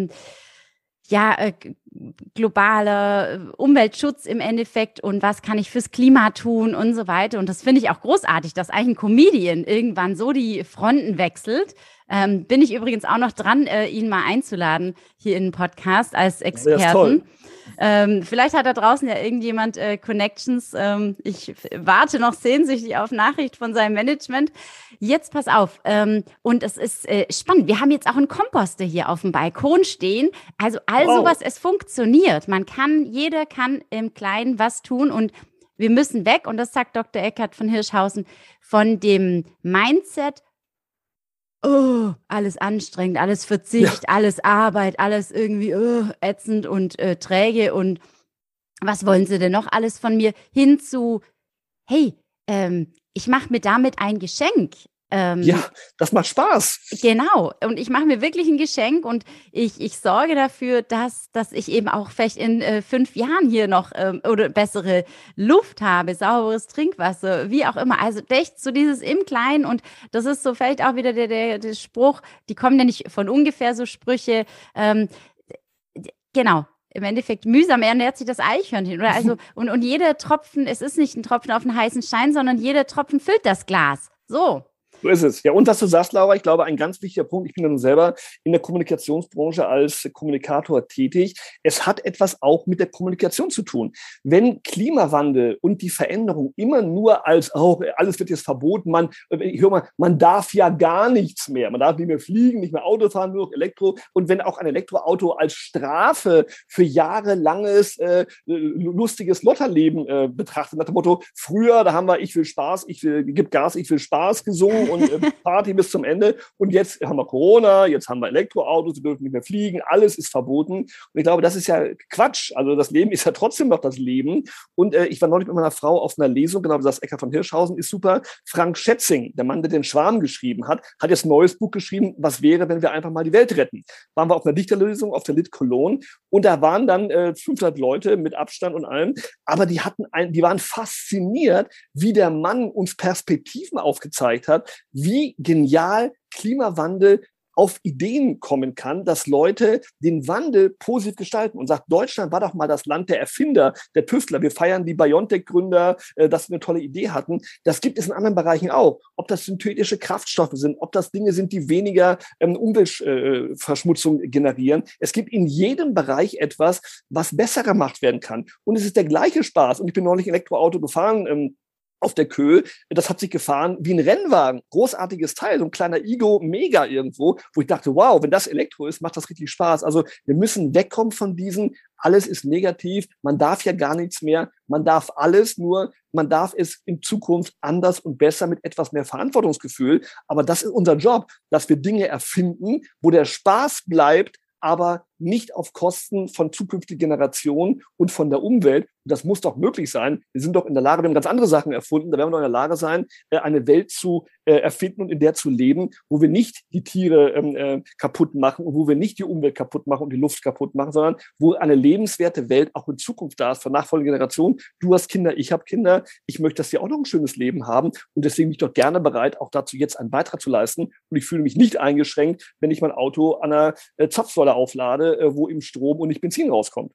globaler Umweltschutz im Endeffekt und was kann ich fürs Klima tun und so weiter. Und das finde ich auch großartig, dass eigentlich ein Comedian irgendwann so die Fronten wechselt. Bin ich übrigens auch noch dran, ihn mal einzuladen hier in den Podcast als Experten. Das ist toll. Vielleicht hat da draußen ja irgendjemand Connections. Ich warte noch sehnsüchtig auf Nachricht von seinem Management. Jetzt pass auf. Und es ist spannend. Wir haben jetzt auch einen Komposter hier auf dem Balkon stehen. Also sowas, es funktioniert. Jeder kann im Kleinen was tun und wir müssen weg. Und das sagt Dr. Eckhard von Hirschhausen von dem Mindset, alles anstrengend, alles Verzicht, alles Arbeit, alles irgendwie ätzend und träge und was wollen Sie denn noch alles von mir? Hin zu, hey, ich mache mir damit ein Geschenk. Das macht Spaß. Genau. Und ich mache mir wirklich ein Geschenk und ich sorge dafür, dass ich eben auch vielleicht in 5 Jahren hier noch oder bessere Luft habe, sauberes Trinkwasser, wie auch immer. Also echt so dieses im Kleinen und das ist so vielleicht auch wieder der Spruch, die kommen ja nicht von ungefähr, so Sprüche. Genau. Im Endeffekt mühsam ernährt sich das Eichhörnchen. Oder also, und jeder Tropfen, es ist nicht ein Tropfen auf einen heißen Stein, sondern jeder Tropfen füllt das Glas. So. So ist es. Ja, und was du sagst, Laura, ich glaube, ein ganz wichtiger Punkt, ich bin ja nun selber in der Kommunikationsbranche als Kommunikator tätig. Es hat etwas auch mit der Kommunikation zu tun. Wenn Klimawandel und die Veränderung immer nur als, oh, alles wird jetzt verboten, man darf ja gar nichts mehr. Man darf nicht mehr fliegen, nicht mehr Auto fahren, nur noch Elektro. Und wenn auch ein Elektroauto als Strafe für jahrelanges, lustiges Lotterleben betrachtet, nach dem Motto, früher, da haben wir Ich will Spaß, gib Gas, ich will Spaß gesungen und Party bis zum Ende. Und jetzt haben wir Corona, jetzt haben wir Elektroautos, wir dürfen nicht mehr fliegen, alles ist verboten. Und ich glaube, das ist ja Quatsch. Also das Leben ist ja trotzdem noch das Leben. Und ich war neulich mit meiner Frau auf einer Lesung, genau wie das Eckhard von Hirschhausen ist super. Frank Schätzing, der Mann, der den Schwarm geschrieben hat jetzt ein neues Buch geschrieben, was wäre, wenn wir einfach mal die Welt retten. Waren wir auf einer Dichterlesung auf der Lit Cologne und da waren dann 500 Leute mit Abstand und allem, aber die waren fasziniert, wie der Mann uns Perspektiven aufgezeigt hat, wie genial Klimawandel auf Ideen kommen kann, dass Leute den Wandel positiv gestalten und sagt, Deutschland war doch mal das Land der Erfinder, der Tüftler. Wir feiern die BioNTech-Gründer, dass wir eine tolle Idee hatten. Das gibt es in anderen Bereichen auch. Ob das synthetische Kraftstoffe sind, ob das Dinge sind, die weniger Umweltverschmutzung generieren. Es gibt in jedem Bereich etwas, was besser gemacht werden kann. Und es ist der gleiche Spaß. Und ich bin neulich Elektroauto gefahren, auf der Köhl, das hat sich gefahren wie ein Rennwagen. Großartiges Teil, so ein kleiner Igo Mega irgendwo, wo ich dachte, wow, wenn das Elektro ist, macht das richtig Spaß. Also wir müssen wegkommen von diesen, alles ist negativ, man darf ja gar nichts mehr, man darf alles, nur man darf es in Zukunft anders und besser mit etwas mehr Verantwortungsgefühl. Aber das ist unser Job, dass wir Dinge erfinden, wo der Spaß bleibt, aber nicht auf Kosten von zukünftigen Generationen und von der Umwelt. Und das muss doch möglich sein. Wir sind doch in der Lage, wir haben ganz andere Sachen erfunden, da werden wir doch in der Lage sein, eine Welt zu erfinden und in der zu leben, wo wir nicht die Tiere kaputt machen und wo wir nicht die Umwelt kaputt machen und die Luft kaputt machen, sondern wo eine lebenswerte Welt auch in Zukunft da ist für nachfolgende Generationen. Du hast Kinder, ich habe Kinder. Ich möchte, dass sie auch noch ein schönes Leben haben. Und deswegen bin ich doch gerne bereit, auch dazu jetzt einen Beitrag zu leisten. Und ich fühle mich nicht eingeschränkt, wenn ich mein Auto an einer Zapfsäule auflade, wo im Strom und nicht Benzin rauskommt.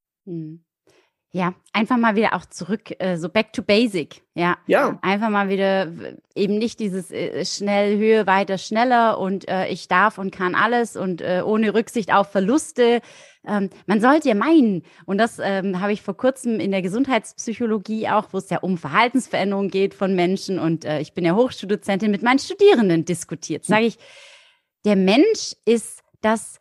Ja, einfach mal wieder auch zurück, so back to basic. Ja. Einfach mal wieder eben nicht dieses schnell, Höhe, weiter, schneller und ich darf und kann alles und ohne Rücksicht auf Verluste. Man sollte ja meinen, und das habe ich vor kurzem in der Gesundheitspsychologie auch, wo es ja um Verhaltensveränderungen geht von Menschen und ich bin ja Hochschuldozentin, mit meinen Studierenden diskutiert. Sage ich, der Mensch ist das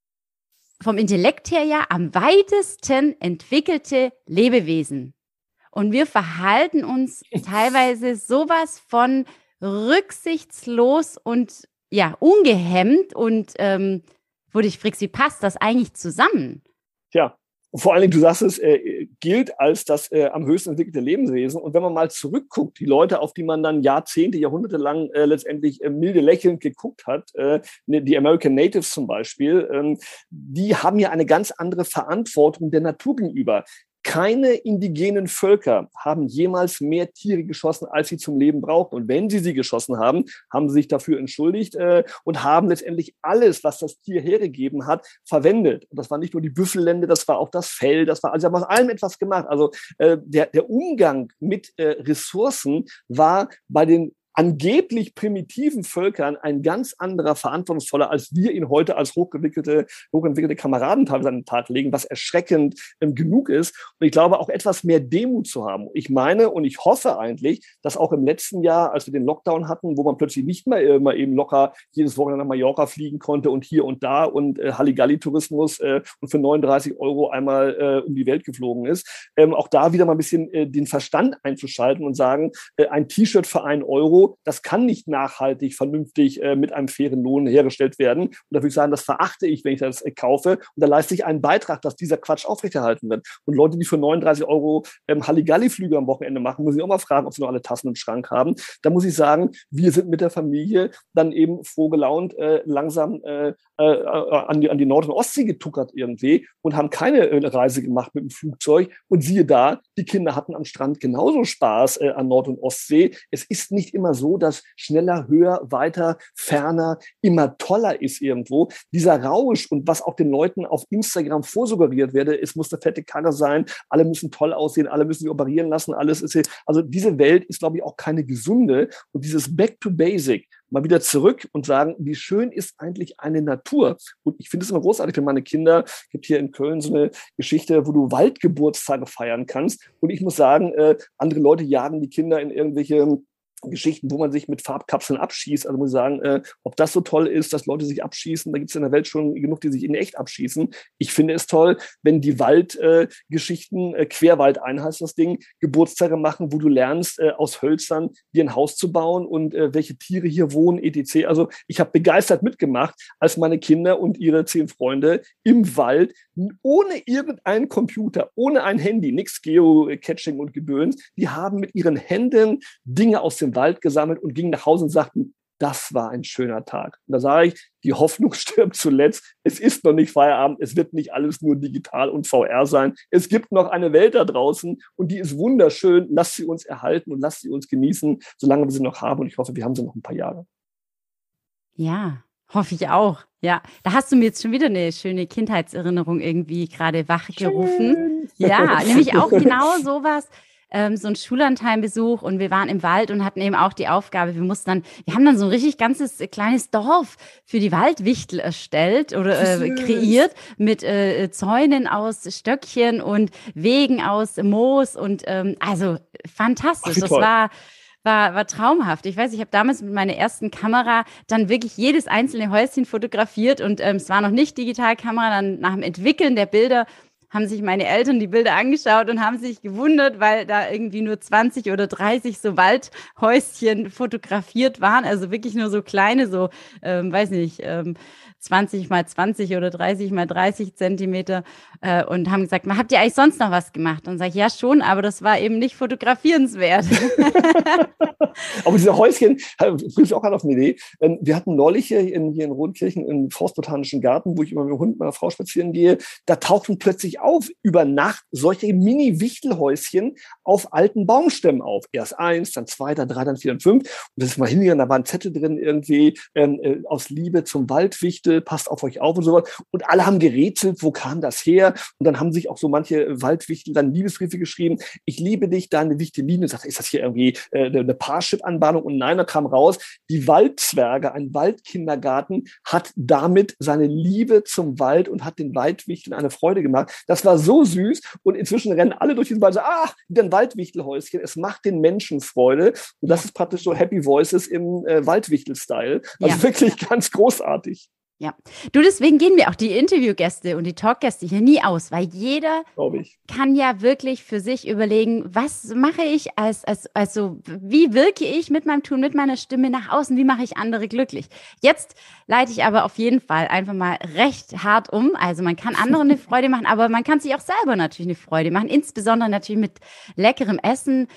vom Intellekt her ja am weitesten entwickelte Lebewesen. Und wir verhalten uns teilweise sowas von rücksichtslos und ja, ungehemmt und wo dich fragst, wie passt das eigentlich zusammen? Tja. Vor allen Dingen, du sagst es, gilt als das am höchsten entwickelte Lebenswesen. Und wenn man mal zurückguckt, die Leute, auf die man dann Jahrzehnte, Jahrhunderte lang letztendlich milde lächelnd geguckt hat, die American Natives zum Beispiel, die haben ja eine ganz andere Verantwortung der Natur gegenüber. Keine indigenen Völker haben jemals mehr Tiere geschossen, als sie zum Leben brauchten. Und wenn sie geschossen haben, haben sie sich dafür entschuldigt und haben letztendlich alles, was das Tier hergegeben hat, verwendet. Und das war nicht nur die Büffellende, das war auch das Fell, das war, also sie haben aus allem etwas gemacht. Also der Umgang mit Ressourcen war bei den angeblich primitiven Völkern ein ganz anderer, verantwortungsvoller, als wir ihn heute als hochentwickelte Kameraden teilweise an den Tag legen, was erschreckend genug ist. Und ich glaube, auch etwas mehr Demut zu haben. Ich meine und ich hoffe eigentlich, dass auch im letzten Jahr, als wir den Lockdown hatten, wo man plötzlich nicht mehr immer eben locker jedes Wochenende nach Mallorca fliegen konnte und hier und da und Halligalli-Tourismus und für 39 € einmal um die Welt geflogen ist, auch da wieder mal ein bisschen den Verstand einzuschalten und sagen, ein T-Shirt für 1 €, das kann nicht nachhaltig, vernünftig mit einem fairen Lohn hergestellt werden. Und da würde ich sagen, das verachte ich, wenn ich das kaufe. Und da leiste ich einen Beitrag, dass dieser Quatsch aufrechterhalten wird. Und Leute, die für 39 € Halligalli-Flüge am Wochenende machen, muss ich auch mal fragen, ob sie noch alle Tassen im Schrank haben. Da muss ich sagen, wir sind mit der Familie dann eben froh gelaunt langsam an die Nord- und Ostsee getuckert irgendwie und haben keine Reise gemacht mit dem Flugzeug. Und siehe da, die Kinder hatten am Strand genauso Spaß an Nord- und Ostsee. Es ist nicht immer so, dass schneller, höher, weiter, ferner immer toller ist irgendwo. Dieser Rausch und was auch den Leuten auf Instagram vorsuggeriert werde, es muss eine fette Karre sein, alle müssen toll aussehen, alle müssen sich operieren lassen, alles ist hier. Also diese Welt ist, glaube ich, auch keine gesunde. Und dieses Back to Basic, mal wieder zurück und sagen, wie schön ist eigentlich eine Natur. Und ich finde es immer großartig für meine Kinder. Es gibt hier in Köln so eine Geschichte, wo du Waldgeburtstage feiern kannst. Und ich muss sagen, andere Leute jagen die Kinder in irgendwelche Geschichten, wo man sich mit Farbkapseln abschießt. Also muss ich sagen, ob das so toll ist, dass Leute sich abschießen, da gibt es in der Welt schon genug, die sich in echt abschießen. Ich finde es toll, wenn die Waldgeschichten, Querwaldein heißt das Ding, Geburtstage machen, wo du lernst, aus Hölzern dir ein Haus zu bauen und welche Tiere hier wohnen, etc. Also ich habe begeistert mitgemacht, als meine Kinder und ihre 10 Freunde im Wald ohne irgendeinen Computer, ohne ein Handy, nichts Geocaching und Gedöns, die haben mit ihren Händen Dinge aus dem Wald gesammelt und gingen nach Hause und sagten, das war ein schöner Tag. Und da sage ich, die Hoffnung stirbt zuletzt. Es ist noch nicht Feierabend. Es wird nicht alles nur digital und VR sein. Es gibt noch eine Welt da draußen und die ist wunderschön. Lasst sie uns erhalten und lasst sie uns genießen, solange wir sie noch haben. Und ich hoffe, wir haben sie noch ein paar Jahre. Ja, hoffe ich auch. Ja, da hast du mir jetzt schon wieder eine schöne Kindheitserinnerung irgendwie gerade wachgerufen. Ja, nämlich auch genau sowas. So ein Schullandheimbesuch und wir waren im Wald und hatten eben auch die Aufgabe, wir haben dann so ein richtig ganzes kleines Dorf für die Waldwichtel erstellt oder kreiert mit Zäunen aus Stöckchen und Wegen aus Moos und also fantastisch. Das war traumhaft. Ich weiß, ich habe damals mit meiner ersten Kamera dann wirklich jedes einzelne Häuschen fotografiert und es war noch nicht Digitalkamera, dann nach dem Entwickeln der Bilder haben sich meine Eltern die Bilder angeschaut und haben sich gewundert, weil da irgendwie nur 20 oder 30 so Waldhäuschen fotografiert waren. Also wirklich nur so kleine, so, weiß nicht, 20 mal 20 oder 30 mal 30 Zentimeter und haben gesagt, habt ihr eigentlich sonst noch was gemacht? Und sage ich, ja schon, aber das war eben nicht fotografierenswert. Aber diese Häuschen, bringe ich auch gerade auf eine Idee. Wir hatten neulich hier in Rodenkirchen im Forstbotanischen Garten, wo ich immer mit dem Hund meiner Frau spazieren gehe, da tauchten plötzlich auf über Nacht solche Mini-Wichtelhäuschen auf alten Baumstämmen auf. Erst 1, dann 2, dann 3, dann 4, dann 5. Und das ist mal hingegangen, da waren Zettel drin irgendwie aus Liebe zum Waldwichtel, passt auf euch auf und sowas. Und alle haben gerätselt, wo kam das her? Und dann haben sich auch so manche Waldwichtel dann Liebesbriefe geschrieben. Ich liebe dich, deine Wichteline. Sagt, ist das hier irgendwie eine Parship-Anbahnung? Und nein, da kam raus, die Waldzwerge, ein Waldkindergarten, hat damit seine Liebe zum Wald und hat den Waldwichteln eine Freude gemacht. Das war so süß. Und inzwischen rennen alle durch diesen Wald und sagen, wieder ein Waldwichtelhäuschen. Es macht den Menschen Freude. Und das ist praktisch so Happy Voices im Waldwichtel-Style. Also wirklich ganz großartig. Ja, du, deswegen gehen wir auch die Interviewgäste und die Talkgäste hier nie aus, weil jeder kann ja wirklich für sich überlegen, was mache ich also wie wirke ich mit meinem Tun, mit meiner Stimme nach außen, wie mache ich andere glücklich? Jetzt leite ich aber auf jeden Fall einfach mal recht hart um. Also man kann anderen eine Freude machen, aber man kann sich auch selber natürlich eine Freude machen, insbesondere natürlich mit leckerem Essen,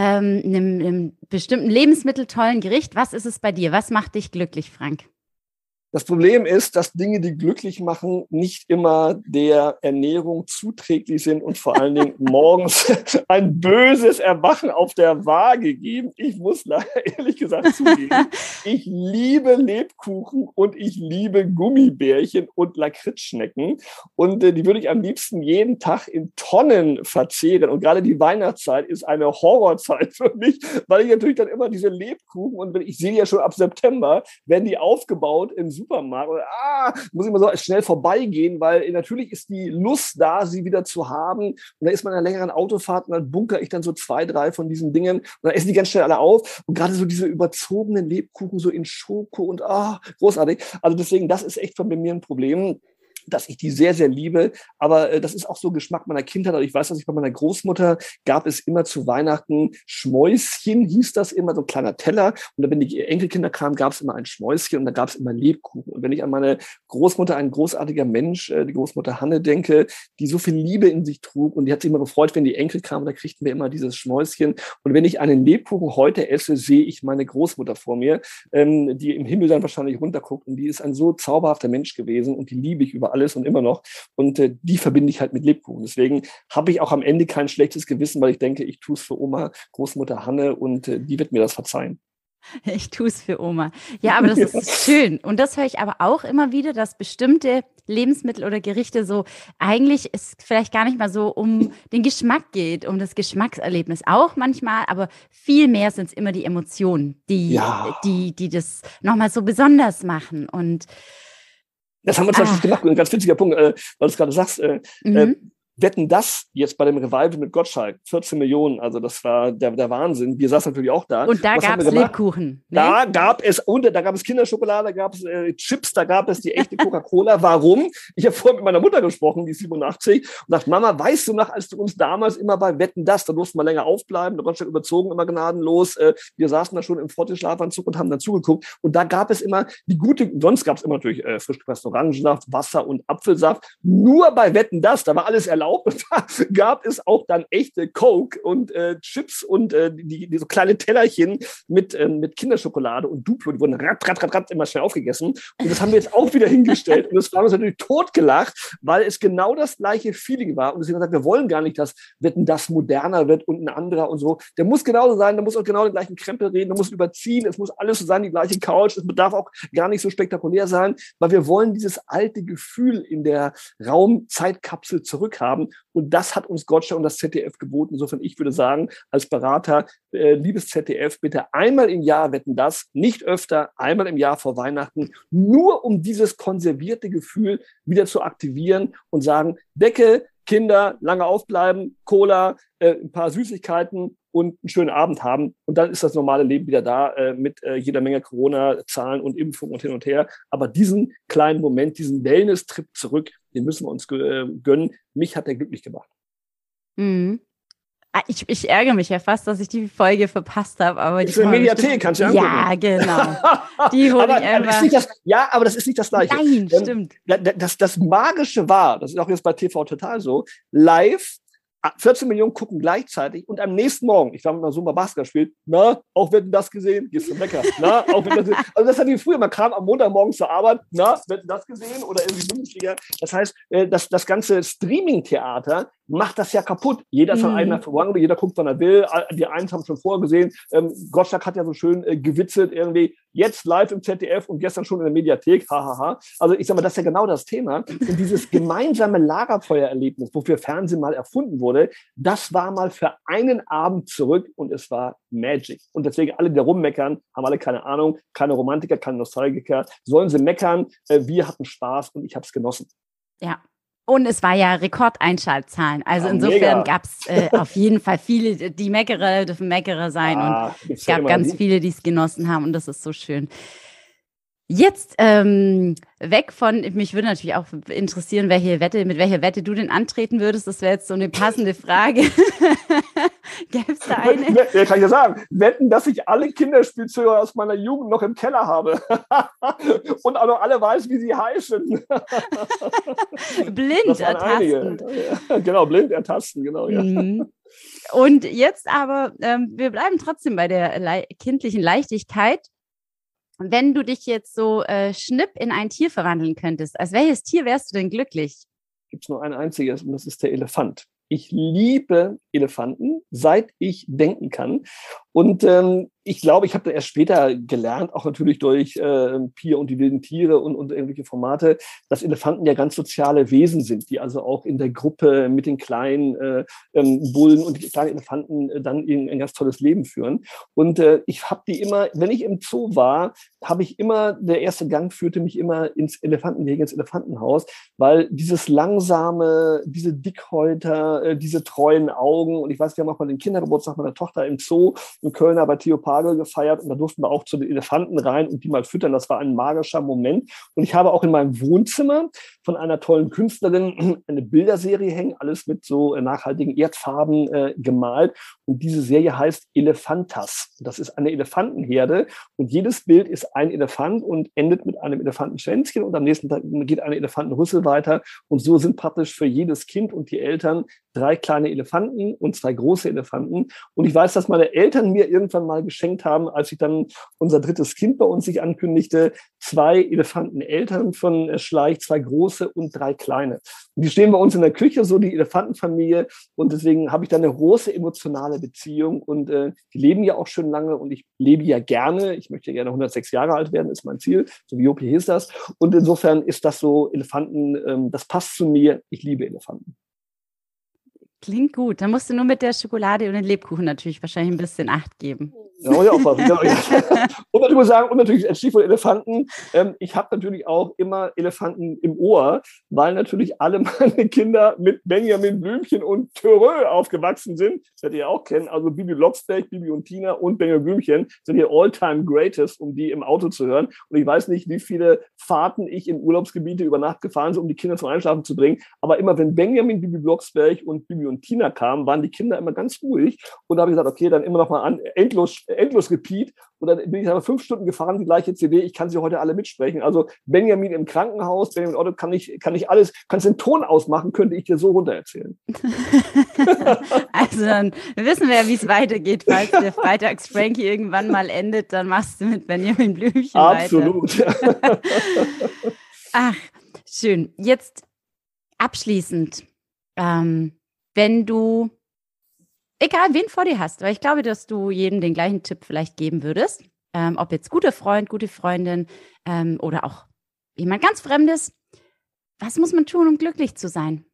einem bestimmten Lebensmittel, tollen Gericht. Was ist es bei dir? Was macht dich glücklich, Frank? Das Problem ist, dass Dinge, die glücklich machen, nicht immer der Ernährung zuträglich sind und vor allen Dingen morgens ein böses Erwachen auf der Waage geben. Ich muss leider ehrlich gesagt zugeben, ich liebe Lebkuchen und ich liebe Gummibärchen und Lakritzschnecken und die würde ich am liebsten jeden Tag in Tonnen verzehren. Und gerade die Weihnachtszeit ist eine Horrorzeit für mich, weil ich natürlich dann immer diese Lebkuchen und ich sehe ja schon ab September, werden die aufgebaut im Supermarkt oder muss ich mal so schnell vorbeigehen, weil natürlich ist die Lust da, sie wieder zu haben. Und da ist man in einer längeren Autofahrt und dann bunkere ich dann so 2, 3 von diesen Dingen und dann essen die ganz schnell alle auf. Und gerade so diese überzogenen Lebkuchen so in Schoko und großartig. Also deswegen, das ist echt von mir ein Problem, dass ich die sehr, sehr liebe. Aber das ist auch so Geschmack meiner Kindheit. Also ich weiß, dass ich bei meiner Großmutter gab es immer zu Weihnachten Schmäuschen, hieß das immer, so ein kleiner Teller. Und wenn die Enkelkinder kamen, gab es immer ein Schmäuschen und da gab es immer Lebkuchen. Und wenn ich an meine Großmutter, ein großartiger Mensch, die Großmutter Hanne denke, die so viel Liebe in sich trug und die hat sich immer gefreut, wenn die Enkel kamen, da kriegten wir immer dieses Schmäuschen. Und wenn ich einen Lebkuchen heute esse, sehe ich meine Großmutter vor mir, die im Himmel dann wahrscheinlich runterguckt. Und die ist ein so zauberhafter Mensch gewesen und die liebe ich über alles und immer noch. Und die verbinde ich halt mit Lebkuchen. Deswegen habe ich auch am Ende kein schlechtes Gewissen, weil ich denke, ich tue es für Oma, Großmutter Hanne und die wird mir das verzeihen. Ich tue es für Oma. Ja, aber das ist schön. Und das höre ich aber auch immer wieder, dass bestimmte Lebensmittel oder Gerichte so eigentlich es vielleicht gar nicht mal so um den Geschmack geht, um das Geschmackserlebnis auch manchmal, aber viel mehr sind es immer die Emotionen, die das nochmal so besonders machen. Und das haben wir zum Beispiel gemacht. Ein ganz witziger Punkt, weil du es gerade sagst. Wetten, das jetzt bei dem Revival mit Gottschalk, 14 Millionen, also das war der Wahnsinn. Wir saßen natürlich auch da. Und da gab es Lebkuchen. Ne? Da gab es Kinderschokolade, da gab es Chips, da gab es die echte Coca-Cola. Warum? Ich habe vorhin mit meiner Mutter gesprochen, die ist 87, und sagt, Mama, weißt du noch, als du uns damals immer bei Wetten, das, da durften wir länger aufbleiben, der Gottschalk überzogen, immer gnadenlos. Wir saßen da schon im Frottee-Schlafanzug und haben dann zugeguckt. Und da gab es immer sonst gab es immer natürlich frisch gepressten Orangensaft, Wasser und Apfelsaft. Nur bei Wetten, das, da war alles erlaubt. Und da gab es auch dann echte Coke und Chips und die so kleine Tellerchen mit Kinderschokolade und Duplo, die wurden rat immer schnell aufgegessen. Und das haben wir jetzt auch wieder hingestellt. Und das haben wir uns natürlich totgelacht, weil es genau das gleiche Feeling war. Und deswegen gesagt, wir wollen gar nicht, dass Wetten, das moderner wird und ein anderer und so. Der muss genauso sein, der muss auch genau den gleichen Krempel reden, der muss überziehen, es muss alles so sein, die gleiche Couch. Es darf auch gar nicht so spektakulär sein, weil wir wollen dieses alte Gefühl in der Raumzeitkapsel zurückhaben. Und das hat uns Gottschalk und das ZDF geboten. Insofern, ich würde sagen, als Berater, liebes ZDF, bitte einmal im Jahr Wetten, das, nicht öfter, einmal im Jahr vor Weihnachten, nur um dieses konservierte Gefühl wieder zu aktivieren und sagen, Decke, Kinder, lange aufbleiben, Cola, ein paar Süßigkeiten und einen schönen Abend haben. Und dann ist das normale Leben wieder da mit jeder Menge Corona-Zahlen und Impfungen und hin und her. Aber diesen kleinen Moment, diesen Wellness-Trip zurück, den müssen wir uns gönnen. Mich hat der glücklich gemacht. Mhm. Ich ärgere mich ja fast, dass ich die Folge verpasst habe. Aber die Mediathek kannst du angucken. Ja, genau. Die hole ich einfach. Aber das ist nicht das Gleiche. Nein, stimmt. Das Magische war, das ist auch jetzt bei TV Total so, live 14 Millionen gucken gleichzeitig und am nächsten Morgen, ich war mit meinem Sohn mal Basketball gespielt, auch Wetten, das gesehen, gehst zum Bäcker, auch Wetten, das gesehen. Also das hat wie früher, man kam am Montagmorgen zur Arbeit, Wetten, das gesehen oder irgendwie Bundesliga. Das heißt, das ganze Streaming-Theater macht das ja kaputt. Jeder ist an einer Verwandlung, jeder guckt, wann er will. Die einen haben schon vorher gesehen. Gottschalk hat ja so schön gewitzelt irgendwie, jetzt live im ZDF und gestern schon in der Mediathek, hahaha. Also ich sag mal, das ist ja genau das Thema. Und dieses gemeinsame Lagerfeuererlebnis, wofür Fernsehen mal erfunden wurde, das war mal für einen Abend zurück und es war Magic. Und deswegen alle, die da rummeckern, haben alle keine Ahnung, keine Romantiker, keine Nostalgiker, sollen sie meckern. Wir hatten Spaß und ich habe es genossen. Ja. Und es war ja Rekordeinschaltzahlen. Also insofern gab es auf jeden Fall viele, die Meckerer dürfen Meckerer sein. Und es gab ganz viele, die es genossen haben. Und das ist so schön. Jetzt weg von, mich würde natürlich auch interessieren, mit welcher Wette du denn antreten würdest. Das wäre jetzt so eine passende Frage. Gäbe es da eine? Ja, kann ich ja sagen. Wetten, dass ich alle Kinderspielzeuge aus meiner Jugend noch im Keller habe. Und auch noch alle weiß, wie sie heißen. Blind ertasten. Ja, genau, blind ertasten, genau. Ja. Und jetzt aber, wir bleiben trotzdem bei der kindlichen Leichtigkeit. Wenn du dich jetzt so schnipp in ein Tier verwandeln könntest, als welches Tier wärst du denn glücklich? Gibt es nur ein einziges und das ist der Elefant. Ich liebe Elefanten, seit ich denken kann. Und ich glaube, ich habe da erst später gelernt, auch natürlich durch Pia und die wilden Tiere und irgendwelche Formate, dass Elefanten ja ganz soziale Wesen sind, die also auch in der Gruppe mit den kleinen Bullen und die kleinen Elefanten dann ein ganz tolles Leben führen. Und ich habe die immer, wenn ich im Zoo war, habe ich immer, der erste Gang führte mich immer ins Elefantengehege, ins Elefantenhaus, weil dieses langsame, diese Dickhäuter, diese treuen Augen, und ich weiß, wir haben auch mal den Kindergeburtstag meiner Tochter im Zoo in Kölner bei Theo Pagel gefeiert und da durften wir auch zu den Elefanten rein und die mal füttern. Das war ein magischer Moment. Und ich habe auch in meinem Wohnzimmer von einer tollen Künstlerin eine Bilderserie hängen, alles mit so nachhaltigen Erdfarben gemalt. Und diese Serie heißt Elefantas. Das ist eine Elefantenherde und jedes Bild ist ein Elefant und endet mit einem Elefantenschwänzchen und am nächsten Tag geht eine Elefantenrüssel weiter. Und so sind praktisch für jedes Kind und die Eltern 3 kleine Elefanten und 2 große Elefanten. Und ich weiß, dass meine Eltern mir irgendwann mal geschenkt haben, als ich dann unser 3. Kind bei uns sich ankündigte, 2 Elefanteneltern von Schleich, 2 große und 3 kleine. Und die stehen bei uns in der Küche, so die Elefantenfamilie. Und deswegen habe ich da eine große emotionale Beziehung. Und die leben ja auch schon lange und ich lebe ja gerne. Ich möchte gerne 106 Jahre alt werden, ist mein Ziel. So wie Jopi hieß das. Und insofern ist das so, Elefanten, das passt zu mir. Ich liebe Elefanten. Klingt gut. Da musst du nur mit der Schokolade und den Lebkuchen natürlich wahrscheinlich ein bisschen Acht geben. Ja, muss ich aufpassen. Und ich muss sagen, und natürlich als Stichwort Elefanten, ich habe natürlich auch immer Elefanten im Ohr, weil natürlich alle meine Kinder mit Benjamin Blümchen und Törö aufgewachsen sind. Das werdet ihr auch kennen. Also Bibi Blocksberg, Bibi und Tina und Benjamin Blümchen sind hier All-Time-Greatest, um die im Auto zu hören. Und ich weiß nicht, wie viele Fahrten ich in Urlaubsgebiete über Nacht gefahren bin, um die Kinder zum Einschlafen zu bringen. Aber immer wenn Benjamin, Bibi Blocksberg und Bibi und Tina kamen, waren die Kinder immer ganz ruhig. Und da habe ich gesagt, okay, dann immer noch mal an, endlos repeat. Und dann bin ich aber 5 Stunden gefahren, die gleiche CD. Ich kann sie heute alle mitsprechen. Also Benjamin im Krankenhaus, Benjamin Otto, kann ich alles, kannst den Ton ausmachen, könnte ich dir so runter erzählen. Also dann wissen wir ja, wie es weitergeht. Falls der Freitags-Frankie irgendwann mal endet, dann machst du mit Benjamin Blümchen Absolut. weiter. Ach, schön. Jetzt abschließend, wenn du, egal wen vor dir hast, weil ich glaube, dass du jedem den gleichen Tipp vielleicht geben würdest, ob jetzt guter Freund, gute Freundin oder auch jemand ganz Fremdes, was muss man tun, um glücklich zu sein?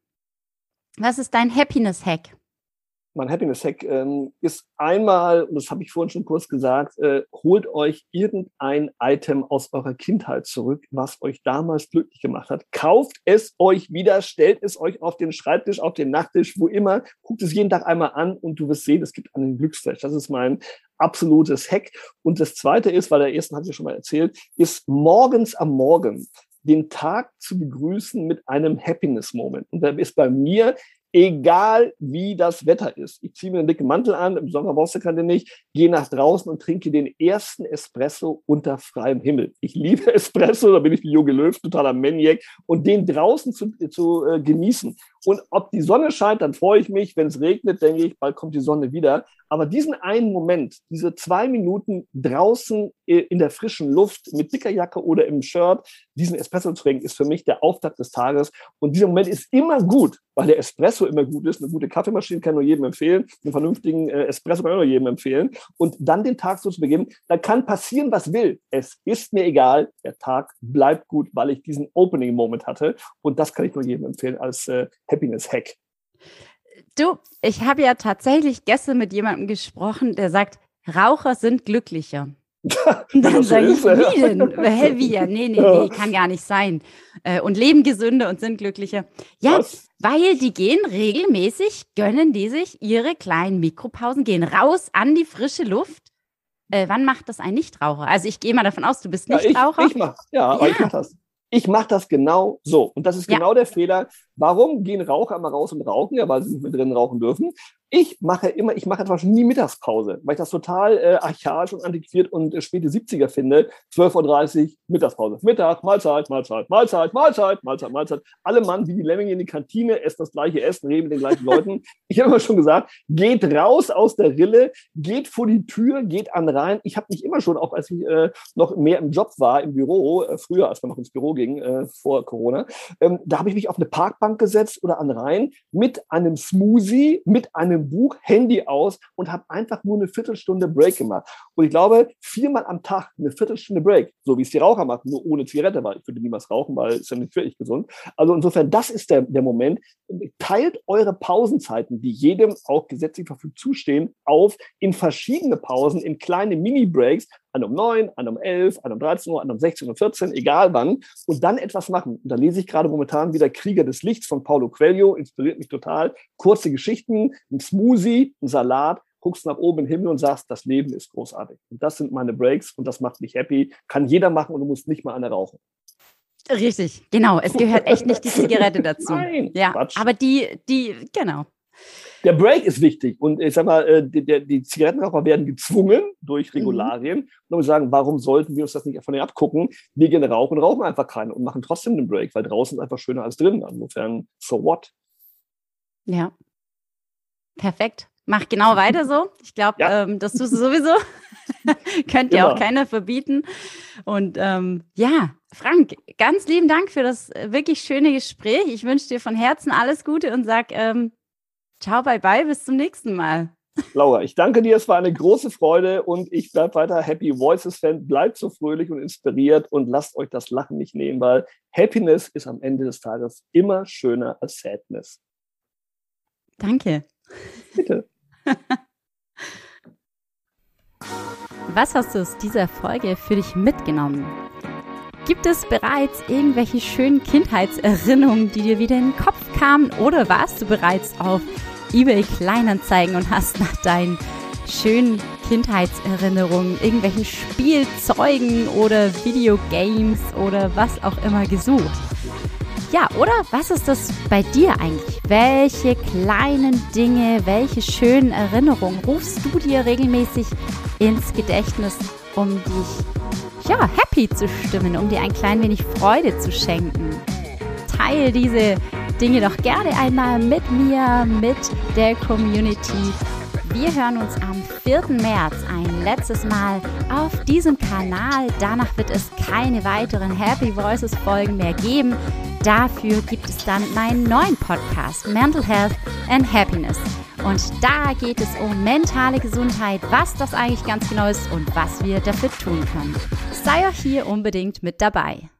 Was ist dein Happiness-Hack? Mein Happiness-Hack ist einmal, und das habe ich vorhin schon kurz gesagt, holt euch irgendein Item aus eurer Kindheit zurück, was euch damals glücklich gemacht hat. Kauft es euch wieder, stellt es euch auf den Schreibtisch, auf den Nachttisch, wo immer. Guckt es jeden Tag einmal an und du wirst sehen, es gibt einen Glücksflash. Das ist mein absolutes Hack. Und das Zweite ist, weil der ersten hatte ich schon mal erzählt, ist morgens am Morgen den Tag zu begrüßen mit einem Happiness-Moment. Und da ist bei mir, egal wie das Wetter ist. Ich ziehe mir einen dicken Mantel an, im Sommer brauchst du keinen nicht, gehe nach draußen und trinke den ersten Espresso unter freiem Himmel. Ich liebe Espresso, da bin ich wie Jogi Löw, totaler Maniac. Und den draußen zu genießen. Und ob die Sonne scheint, dann freue ich mich. Wenn es regnet, denke ich, bald kommt die Sonne wieder. Aber diesen einen Moment, diese 2 Minuten draußen in der frischen Luft mit dicker Jacke oder im Shirt, diesen Espresso zu trinken, ist für mich der Auftakt des Tages. Und dieser Moment ist immer gut, weil der Espresso immer gut ist. Eine gute Kaffeemaschine kann nur jedem empfehlen. Einen vernünftigen Espresso kann auch nur jedem empfehlen. Und dann den Tag so zu beginnen, da kann passieren, was will. Es ist mir egal. Der Tag bleibt gut, weil ich diesen Opening-Moment hatte. Und das kann ich nur jedem empfehlen als Happiness-Hack. Du, ich habe ja tatsächlich gestern mit jemandem gesprochen, der sagt, Raucher sind glücklicher. Und dann sage ich, wie denn? Hä, wie? Ja, nee, kann gar nicht sein. Und leben gesünder und sind glücklicher. Ja, was? Weil die gehen regelmäßig, gönnen die sich ihre kleinen Mikropausen, gehen raus an die frische Luft. Wann macht das ein Nichtraucher? Also ich gehe mal davon aus, du bist Nichtraucher. Ich mache das. Ich mache das genau so. Und das ist genau der Fehler. Warum gehen Raucher immer raus und rauchen? Ja, weil sie nicht mehr drinnen rauchen dürfen. Ich mache zum Beispiel nie Mittagspause, weil ich das total archaisch und antiquiert und späte 70er finde. 12:30 Uhr Mittagspause. Mittag, Mahlzeit. Alle Mann wie die Lemminge in die Kantine, essen das gleiche Essen, reden mit den gleichen Leuten. Ich habe immer schon gesagt, geht raus aus der Rille, geht vor die Tür, geht an rein. Ich habe mich immer schon, auch als ich noch mehr im Job war, im Büro, früher, als man noch ins Büro ging, vor Corona, da habe ich mich auf eine Parkbank gesetzt oder an Rhein mit einem Smoothie, mit einem Buch, Handy aus und habe einfach nur eine Viertelstunde Break gemacht. Und ich glaube, 4-mal am Tag eine Viertelstunde Break, so wie es die Raucher machen, nur ohne Zigarette, weil ich würde niemals rauchen, weil es ja nicht wirklich gesund. Also insofern, das ist der Moment. Teilt eure Pausenzeiten, die jedem auch gesetzlich verfügt zustehen, auf in verschiedene Pausen, in kleine Mini-Breaks, an um 9, an um 11, an um 13 Uhr, an um 16 Uhr, 14, egal wann, und dann etwas machen. Und da lese ich gerade momentan wieder Krieger des Lichts von Paulo Coelho, inspiriert mich total. Kurze Geschichten, ein Smoothie, ein Salat, guckst nach oben in den Himmel und sagst, das Leben ist großartig. Und das sind meine Breaks und das macht mich happy. Kann jeder machen und du musst nicht mal eine rauchen. Richtig, genau. Es gehört echt nicht die Zigarette dazu. Nein, ja, Quatsch. Aber genau. Der Break ist wichtig und ich sag mal, die Zigarettenraucher werden gezwungen durch Regularien. Und dann muss ich sagen, warum sollten wir uns das nicht von denen abgucken? Wir gehen rauchen einfach keine und machen trotzdem den Break, weil draußen ist einfach schöner als drin. Insofern, so what? Ja, Perfekt. Mach genau weiter so. Ich glaube, das tust du sowieso. Könnt ihr auch keiner verbieten. Und Frank, ganz lieben Dank für das wirklich schöne Gespräch. Ich wünsche dir von Herzen alles Gute und sag ciao, bye, bye, bis zum nächsten Mal. Laura, ich danke dir, es war eine große Freude und ich bleibe weiter Happy Voices-Fan. Bleibt so fröhlich und inspiriert und lasst euch das Lachen nicht nehmen, weil Happiness ist am Ende des Tages immer schöner als Sadness. Danke. Bitte. Was hast du aus dieser Folge für dich mitgenommen? Gibt es bereits irgendwelche schönen Kindheitserinnerungen, die dir wieder in den Kopf kamen? Oder warst du bereits auf eBay Kleinanzeigen und hast nach deinen schönen Kindheitserinnerungen, irgendwelchen Spielzeugen oder Videogames oder was auch immer gesucht? Ja, oder was ist das bei dir eigentlich? Welche kleinen Dinge, welche schönen Erinnerungen rufst du dir regelmäßig ins Gedächtnis, um dich happy zu stimmen, um dir ein klein wenig Freude zu schenken? Teile diese Dinge doch gerne einmal mit mir, mit der Community. Wir hören uns am 4. März ein letztes Mal auf diesem Kanal. Danach wird es keine weiteren Happy Voices Folgen mehr geben. Dafür gibt es dann meinen neuen Podcast Mental Health and Happiness. Und da geht es um mentale Gesundheit, was das eigentlich ganz genau ist und was wir dafür tun können. Sei auch hier unbedingt mit dabei.